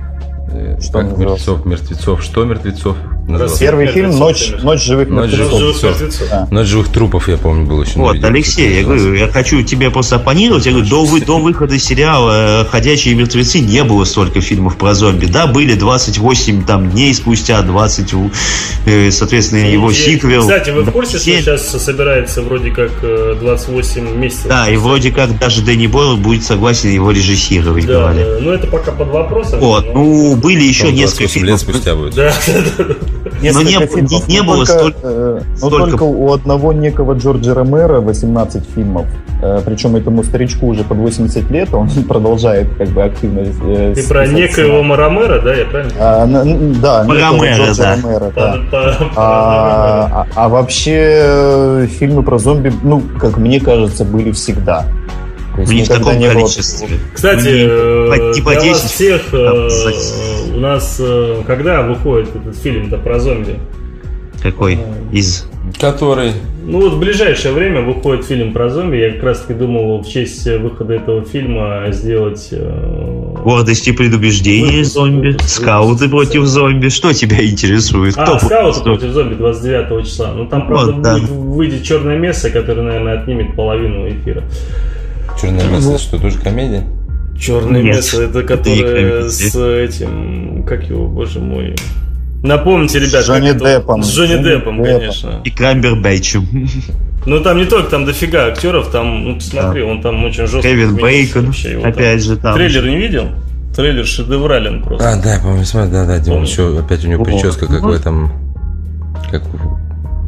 Э, Что как назывался? мертвецов, мертвецов. Что мертвецов? назывался? Первый фильм Мертвецов, «Ночь, конечно. Ночь живых Ночь мертвецов». живых Живых мертвецов. Да. Ночь живых трупов, я помню, был очень. Вот, Алексей, я говорю, я хочу тебе просто оппонировать. Я говорю, до, вы- до выхода сериала «Ходячие мертвецы» не было столько фильмов про зомби. Да, были двадцать восемь там, дней спустя, двадцать, э, соответственно, его И, сиквел. Кстати, вы в курсе, что семь. сейчас собирается вроде как э, двадцать восемь месяцев? Да, и вроде как даже Дэнни Бойл будет согласен его режиссировать, Да, говорят. э, ну это пока под вопросом. Вот, но- ну, были еще Там несколько двадцать восемь фильмов. лет спустя будет. Да, да, да. Несколько Но не- фильмов, не- не но было только, столько- э, но столько- только у одного некого Джорджа Ромеро восемнадцать фильмов. Э, причем этому старичку уже под восемьдесят лет, он продолжает как бы активно... э, Ты про писать некоего сценарий. Ромеро, да, я правильно? А, н- н- да, некого Ромеро, Джорджа да. Ромеро, По- да. по- по- А, а- а вообще э, фильмы про зомби, ну, как мне кажется, были всегда. То есть Ну, не в никогда таком не было- количестве. Кстати, Ну, не- э, не по для вас десять, всех, там, э, за- у нас э, когда выходит этот фильм-то про зомби? Какой из... Который. Ну вот в ближайшее время выходит фильм про зомби. Я как раз таки думал в честь выхода этого фильма сделать... э, «Гордость и предубеждение» Выпуск, зомби, выпуск, «Скауты выпуск. против зомби». Что тебя интересует? А, Кто «Скауты против против зомби» двадцать девятого числа. Ну там, правда, Вот, да. будет, выйдет «Черное место», которое, наверное, отнимет половину эфира. Черное место, что тоже комедия? Черное Нет, место, это это не которое комедия. с этим... Как его, боже мой... Напомните, ребят, С Джонни как это- Деппом. С Джонни Джонни Деппом, Деппом. конечно. И Камбербэтчем. Ну там не только, там дофига актеров, там, ну посмотри, он там очень жестко. Кевин изменился Бейкон, вообще, его там- опять же, там. Трейлер не видел? Трейлер шедеврален просто. А, да, я помню, смотри, да, да, Дима, Помню. еще опять у него Вот. прическа, как в этом. Как в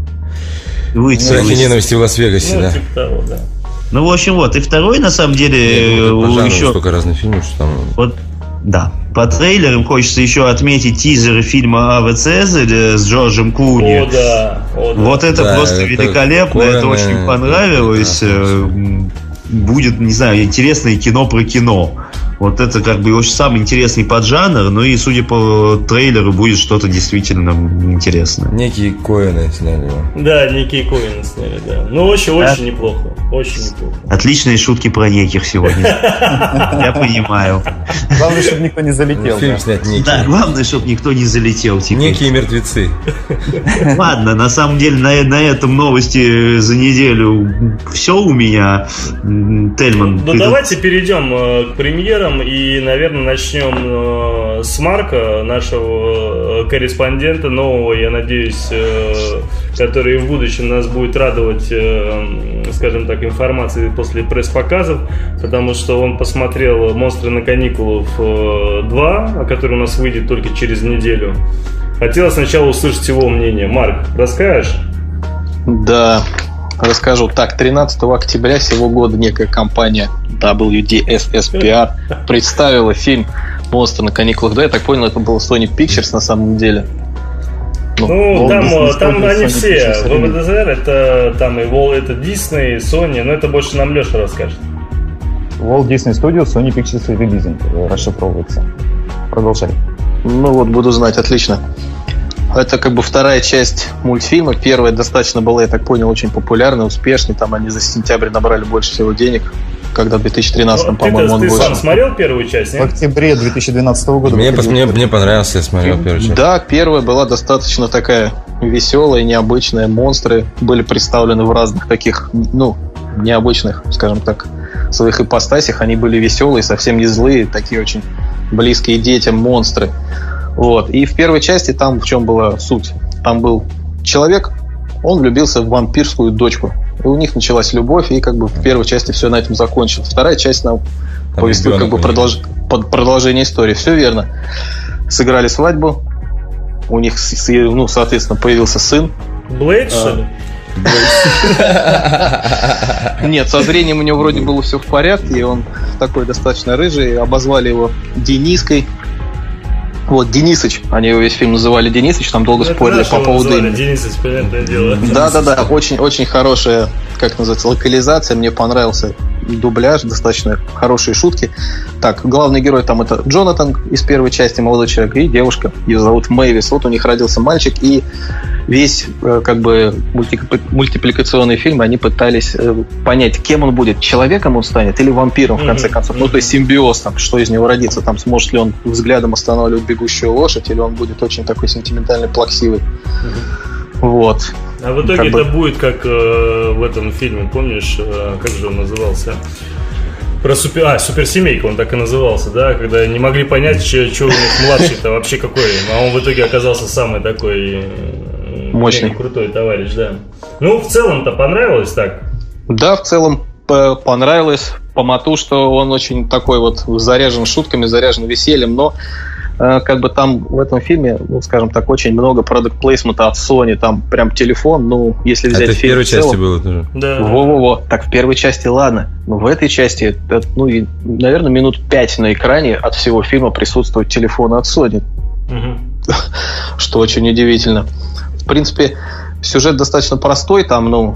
Выцелились. «Страхе ненависти в Лас-Вегасе, Ну, да. типа того, да. Ну, в общем, вот. И второй, на самом деле, Нет, ну, тут по жанру еще... столько разных фильмов, что там. Вот, да. По трейлерам хочется еще отметить тизеры фильма «Аве Цезарь» с Джорджем Клуни. О, да. О, да. Вот это Да, просто это великолепно, это Коэны, очень это понравилось. прекрасно. Э, Будет, не знаю, интересное кино про кино. Вот это как бы очень самый интересный поджанр, ну и, судя по трейлеру, будет что-то действительно интересное. Некие Коэны сняли его. Да, Ники Коэн сняли, да. Ну, очень, очень неплохо. Очень неплохо. Отличные шутки про неких сегодня. Я понимаю. Главное, чтобы никто не залетел. Фильм да. снять Да, некие. главное, чтобы никто не залетел теперь. Некие мертвецы. Ладно, на самом деле на, на этом новости за неделю все у меня. М, Тельман, Ну, ты- давайте перейдем э, к премьерам. фильм, и, наверное, начнем с Марка, нашего корреспондента нового, я надеюсь, который в будущем нас будет радовать, скажем так, информацией после пресс-показов, потому что он посмотрел «Монстры на каникулах два», который у нас выйдет только через неделю. Хотелось сначала услышать его мнение. Марк, расскажешь? Да, расскажу. Так, тринадцатого октября сего года некая компания дабл ю ди эс эс пи ар представила фильм «Монстры на каникулах два». Я так понял, это был Sony Pictures на самом деле. Ну, ну там, там они все. вэ вэ дэ зэ эр, это там и Walt, это Disney, Sony, но это больше нам Леша расскажет. Walt Disney Studios, Sony Pictures Releasing расшифровывается. Продолжай. Ну вот, буду знать, отлично. Это как бы вторая часть мультфильма. Первая достаточно была, я так понял, очень популярной, успешной. Там они за сентябрь набрали больше всего денег, когда в две тысячи тринадцатом, ну, по-моему, он больше. Ты сам больше. смотрел первую часть, нет? В октябре две тысячи двенадцатого года. Мне, мне, мне понравился, я смотрел первую часть. Да, первая была достаточно такая веселая, необычная. Монстры были представлены в разных таких, ну, необычных, скажем так, своих ипостасях. Они были веселые, совсем не злые, такие очень близкие детям монстры. Вот. И в первой части там в чем была суть? Там был человек, он влюбился в вампирскую дочку. И у них началась любовь, и как бы в первой части все на этом закончилось. Вторая часть нам там повествует как бы продолж... продолжение истории. Все верно. Сыграли свадьбу. У них, ну, соответственно, появился сын. Блейд, что ли? Нет, со зрением у него вроде было все в порядке, и он такой достаточно рыжий. Обозвали его Дениской. Вот, Денисыч, они его весь фильм называли Денисыч, там долго это спорили по поводу имени. Денисыч, понятное дело. Да-да-да, очень-очень хорошая, как называется, локализация, мне понравился дубляж, достаточно хорошие шутки. Так, главный герой там это Джонатан из первой части, молодой человек, и девушка, ее зовут Мэйвис. Вот у них родился мальчик, и весь как бы мультипликационный фильм они пытались понять, кем он будет, человеком он станет или вампиром в конце концов. Ну, то есть симбиоз, там, что из него родится, там, сможет ли он взглядом останавливать бегущую лошадь, или он будет очень такой сентиментальный, плаксивый. Вот. А в итоге как это бы... будет как э, в этом фильме, помнишь, э, как же он назывался? Про супер... А, суперсемейка, он так и назывался, да? Когда не могли понять, что у них младший-то вообще какой. А он в итоге оказался самый такой э, мощный, крутой товарищ, да. Ну, в целом-то понравилось так? Да, в целом понравилось. По моту, что он очень такой вот заряжен шутками, заряжен весельем, но как бы там в этом фильме, ну, скажем так, очень много продакт-плейсмента от Sony, там прям телефон, ну, если взять это фильм в первой в целом, части было тоже. Да. Во-во-во, так в первой части ладно, но в этой части, это, ну, и, наверное, минут пять на экране от всего фильма присутствуют телефоны от Sony, угу. Что очень удивительно. В принципе, сюжет достаточно простой, там, ну...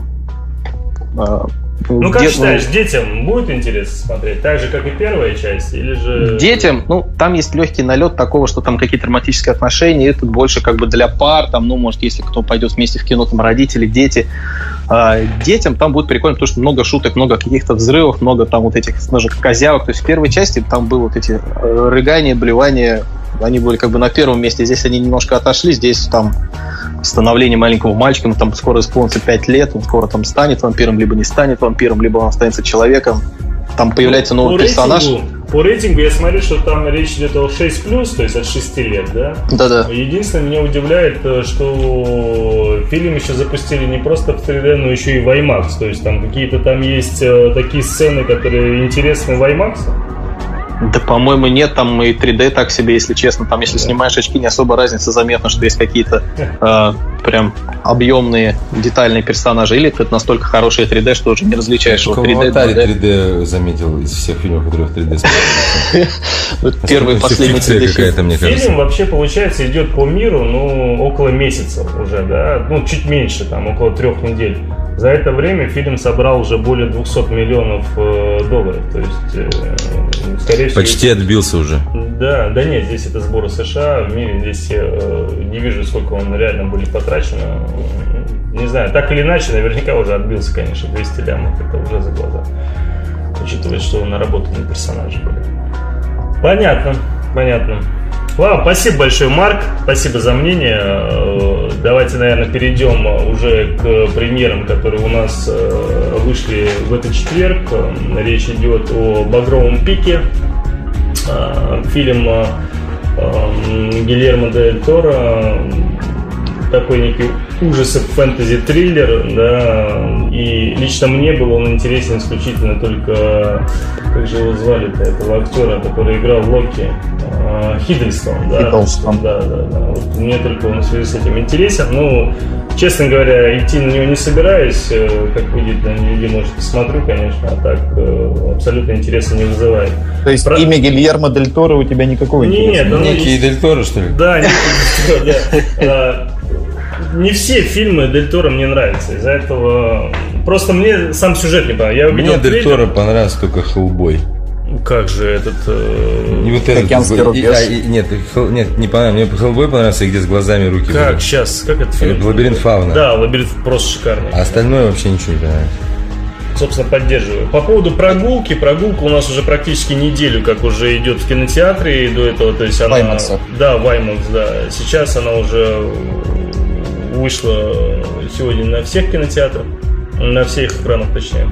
Ну, как Дет... считаешь, детям будет интересно смотреть? Так же, как и первая часть? Или же... Детям, ну, там есть легкий налет такого, что там какие-то романтические отношения, и тут больше как бы для пар, там, ну, может, если кто пойдет вместе в кино, там, родители, дети. А детям там будет прикольно, потому что много шуток, много каких-то взрывов, много там вот этих ножек козявок. То есть в первой части там было вот эти рыгания, блевания, они были как бы на первом месте. Здесь они немножко отошли, здесь там становление маленького мальчика, ему там скоро исполнится пять лет, он скоро там станет вампиром, либо не станет вампиром, либо он останется человеком. Там появляется новый по персонаж. Рейтингу, по рейтингу я смотрю, что там речь идет о шесть плюс, то есть от шести лет, да? Да-да. Единственное, меня удивляет, что фильм еще запустили не просто в три дэ, но еще и в IMAX. То есть там какие-то там есть такие сцены, которые интересны в IMAX. Да, по-моему, нет, там и три дэ так себе, если честно. Там, если да. снимаешь очки, не особо разница заметна, что есть какие-то э, прям объемные, детальные персонажи. Или это настолько хорошие три дэ, что уже не различаешь. Вот три дэ, три дэ заметил из всех фильмов, которые в три дэ смотрели. Первый, последний три дэ фильм вообще, получается, идет по миру, ну, около месяца уже, да? Ну, чуть меньше, там, около трех недель. За это время фильм собрал уже более двухсот миллионов э, долларов. То есть, э, скорее всего... Почти отбился уже. Да, да нет, здесь это сборы США. В мире здесь э, не вижу, сколько он реально будет потрачено. Не знаю, так или иначе, наверняка уже отбился, конечно, двести лямов. Это уже за глаза. Учитывая, что наработанные персонажи были. Понятно, понятно. Ладно, спасибо большое, Марк, спасибо за мнение. Давайте, наверное, перейдем уже к премьерам, которые у нас вышли в этот четверг. Речь идет о «Багровом пике». фильм Гильермо дель Торо, такой некий ужас, фэнтези-триллер, да, и лично мне был он интересен исключительно только, как же его звали-то, этого актера, который играл Локи, Хиддлстон, да, Хиддлстон. да, да, да, вот мне только он в связи с этим интересен, ну, честно говоря, идти на него не собираюсь, как выйдет на ди ви ди, может, посмотрю, конечно, а так абсолютно интереса не вызывает. То есть Про... имя Гильермо дель Торо у тебя никакого интереса? Нет, некий Дель Торо, что ли? Да, некий Дель Торо, да. Не все фильмы Дель Торо мне нравятся. Из-за этого просто мне сам сюжет не понравился. Я мне Дель Торо понравился только Хеллбой. Как же этот... Э... Вот Океанский рубеж. А, и, нет, хел, нет, не понравился. Мне Хеллбой понравился, где с глазами руки. Как были. сейчас? Как этот фильм? Лабиринт Фауна. Да, Лабиринт просто шикарный. А остальное вообще ничего не понравилось. Собственно, поддерживаю. По поводу прогулки, прогулка у нас уже практически неделю, как уже идет в кинотеатре, и до этого, то есть она... Ваймакс. Да, Ваймакс, да. Сейчас она уже вышла сегодня на всех кинотеатрах, на всех экранах, точнее.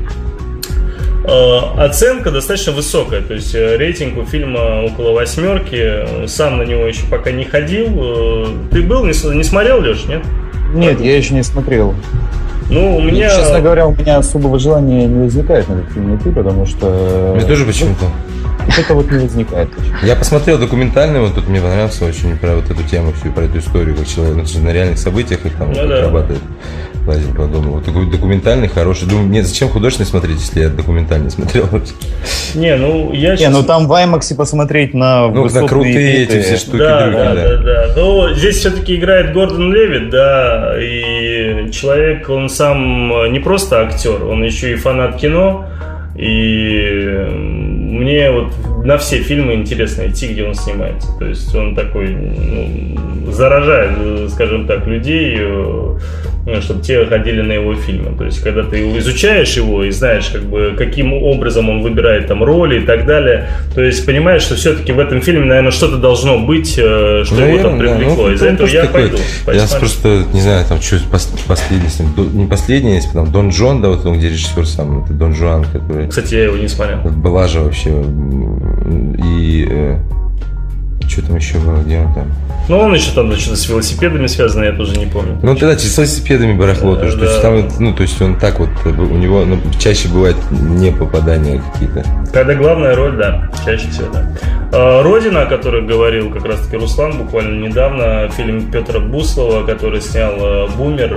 Оценка достаточно высокая, то есть рейтинг у фильма около восьмерки. Сам на него еще пока не ходил. Ты был, не, не смотрел, Леш, нет? Нет, я еще не смотрел. Ну, у меня... И, честно говоря, у меня особого желания не возникает на этот фильм идти, потому что... Мне тоже почему-то. Это вот не возникает. Я посмотрел документальный, вот тут мне понравился очень про вот эту тему, всю про эту историю, как человек на реальных событиях, как там ну, как да. работает. Лазил по дому. Вот такой документальный, хороший. Думаю, нет, зачем художественный смотреть, если я документальный смотрел? Не, ну я сейчас... Не, ну там в IMAX посмотреть на ну, на крутые эти все штуки. Да, другие, да, да, да, да. Но здесь все-таки играет Гордон Левитт, да, и человек, он сам не просто актер, он еще и фанат кино. И мне вот на все фильмы интересно идти, где он снимается. То есть он такой, ну, заражает, скажем так, людей, чтобы те ходили на его фильмы. То есть когда ты изучаешь его и знаешь, как бы, каким образом он выбирает там роли и так далее, то есть понимаешь, что все-таки в этом фильме, наверное, что-то должно быть, что наверное, его там привлекло. Да. Ну, из-за этого я такой, пойду. Я просто, не знаю, там что последний, не последний, есть потом Дон Джон, да, вот он, где режиссер сам, это Дон Жуан, который... Кстати, я его не смотрел. Была же вообще. И э, что там еще было, где он там? Ну, он еще там что-то с велосипедами связано, я тоже не помню. Ну, тогда с велосипедами барахло тоже. Да, то есть, там, ну, то есть он так вот, у него ну, чаще бывает не попадания какие-то. Когда главная роль, да, чаще всего, да. «Родина», о которой говорил как раз-таки Руслан буквально недавно, фильм Петра Буслова, который снял «Бумер».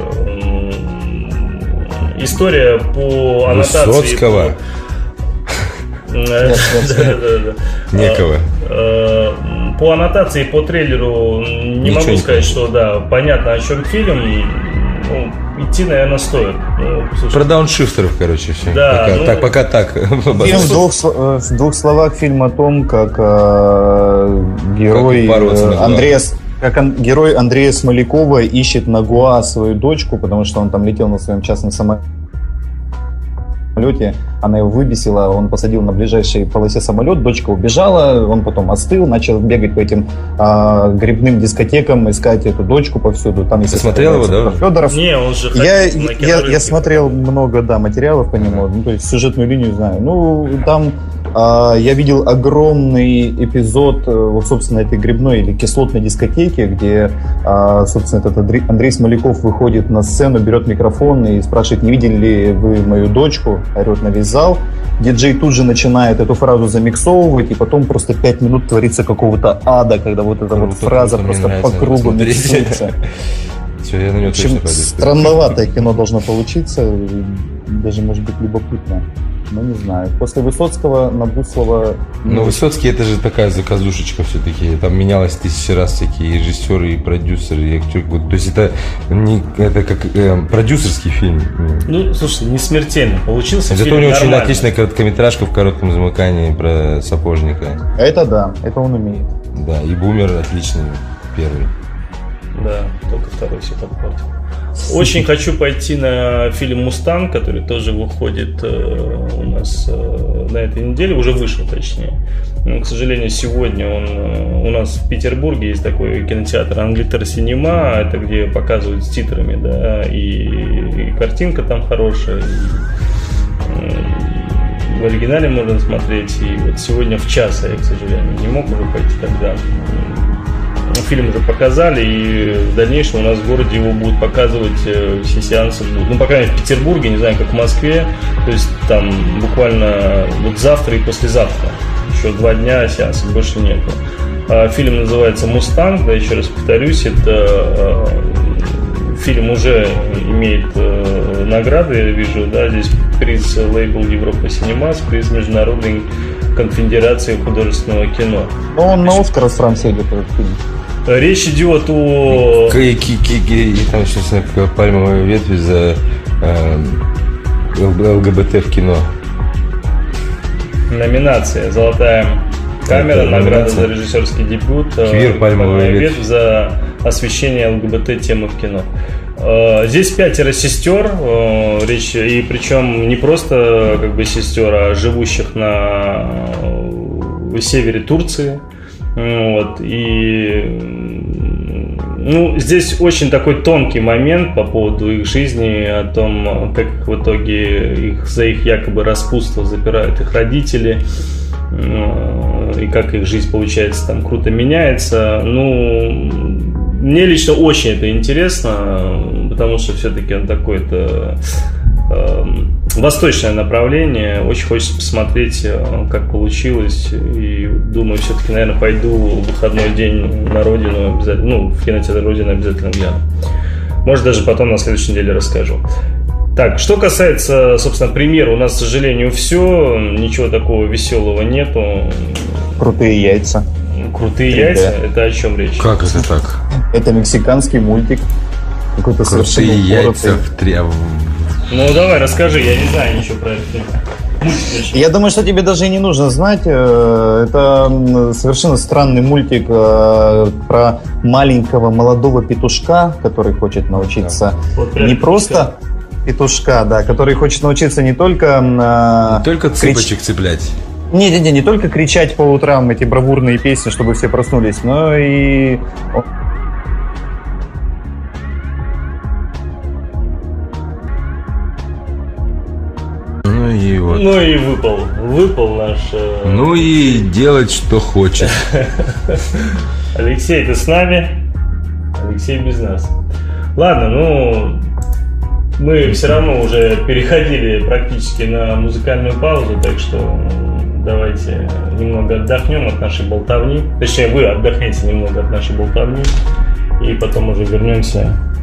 История по аннотации... Высоцкого. Некого. По аннотации, по трейлеру не Ничего могу не сказать, что да, понятно, о чем фильм. Ну, идти, наверное, стоит. Ну, про дауншифтеров, короче, все. Да, пока, ну, так, пока так. Фильм в двух, в двух словах фильм о том, как э, герой как Андреас, как он, герой Андрея Смолякова ищет на Гоа свою дочку, потому что он там летел на своем частном самолете. Она его выбесила, он посадил на ближайшей полосе самолет, дочка убежала, он потом остыл, начал бегать по этим а, грибным дискотекам, искать эту дочку повсюду. Там, Ты смотрел его, да? Федоров. Не, он же я, я, я смотрел много, да, материалов по нему, ну, то есть сюжетную линию знаю. Ну, там а, я видел огромный эпизод, вот, собственно, этой грибной или кислотной дискотеки, где, а, собственно, этот Андрей Смоляков выходит на сцену, берет микрофон и спрашивает, не видели ли вы мою дочку, орет на весь зал. Диджей тут же начинает эту фразу замиксовывать, и потом просто пять минут творится какого-то ада, когда вот эта ну, вот фраза просто по кругу миксуется. В общем, странноватое кино должно получиться, даже, может быть, любопытно. Ну, не знаю. После Высоцкого на Буслова... Ну, Высоцкий это же такая заказушечка все-таки. Там менялось тысячи раз всякие режиссеры и продюсеры, и актеры. То есть это, не, это как э, продюсерский фильм. Ну, слушай, не смертельно. Получился Зато фильм у него нормальный. очень отличная короткометражка в коротком замыкании про сапожника. Это да, это он умеет. Да, и «Бумер» отличный первый. Да, только второй все подпортил. Очень хочу пойти на фильм «Мустанг», который тоже выходит э, у нас э, на этой неделе, уже вышел точнее. Но, к сожалению, сегодня он э, у нас в Петербурге есть такой кинотеатр «Англитер Синема», это где показывают с титрами, да, и, и картинка там хорошая. И, в оригинале можно смотреть. И вот сегодня в час, а я, к сожалению, не мог уже пойти тогда. Фильм уже показали, и в дальнейшем у нас в городе его будут показывать, все сеансы будут, ну, по крайней мере, в Петербурге, не знаю, как в Москве, то есть там буквально вот завтра и послезавтра, еще два дня сеансов, больше нету. Фильм называется «Мустанг», да, еще раз повторюсь, это фильм уже имеет награды, я вижу, да, здесь приз лейбл Европа Синемас, приз Международной конфедерации художественного кино. Ну, он на Оскар Франции идет этот фильм. Речь идет о... И, и там сейчас пальмовая ветвь за э, ЛГБТ в кино. Номинация «Золотая камера», это награда за режиссерский дебют. Квир, пальмовая ветвь за освещение ЛГБТ-темы в кино. Здесь пятеро сестер, речь, и причем не просто как бы сестер, а живущих на севере Турции. Вот, и ну, здесь очень такой тонкий момент по поводу их жизни, о том, как в итоге их, за их якобы распутство запирают их родители, и как их жизнь, получается, там круто меняется. Ну, мне лично очень это интересно, потому что все-таки он такой-то э, восточное направление. Очень хочется посмотреть, как получилось. И думаю, все-таки, наверное, пойду в выходной день на родину обязательно. Ну, в кинотеатр Родина обязательно гляну. Может, даже потом на следующей неделе расскажу. Так, что касается, собственно, премьер, у нас, к сожалению, все. Ничего такого веселого нету. Крутые яйца. Крутые три дэ. Яйца? Это о чем речь? Как это так? Это мексиканский мультик. Какой-то совершенно яйца в три... Ну давай, расскажи, я не знаю ничего про это. Мультик. Я думаю, что тебе даже и не нужно знать. Это совершенно странный мультик про маленького молодого петушка, который хочет научиться вот не просто петушка, да, который хочет научиться не только... Не только цыпочек крич... цеплять. Не-не-не, не только кричать по утрам эти бравурные песни, чтобы все проснулись, но и... Ну и вот. Ну и выпал. Выпал наш... Ну и делать, что хочет. Алексей, ты с нами? Алексей без нас. Ладно, ну... Мы все равно уже переходили практически на музыкальную паузу, так что давайте немного отдохнем от нашей болтовни. Точнее, вы отдохнете немного от нашей болтовни, и потом уже вернемся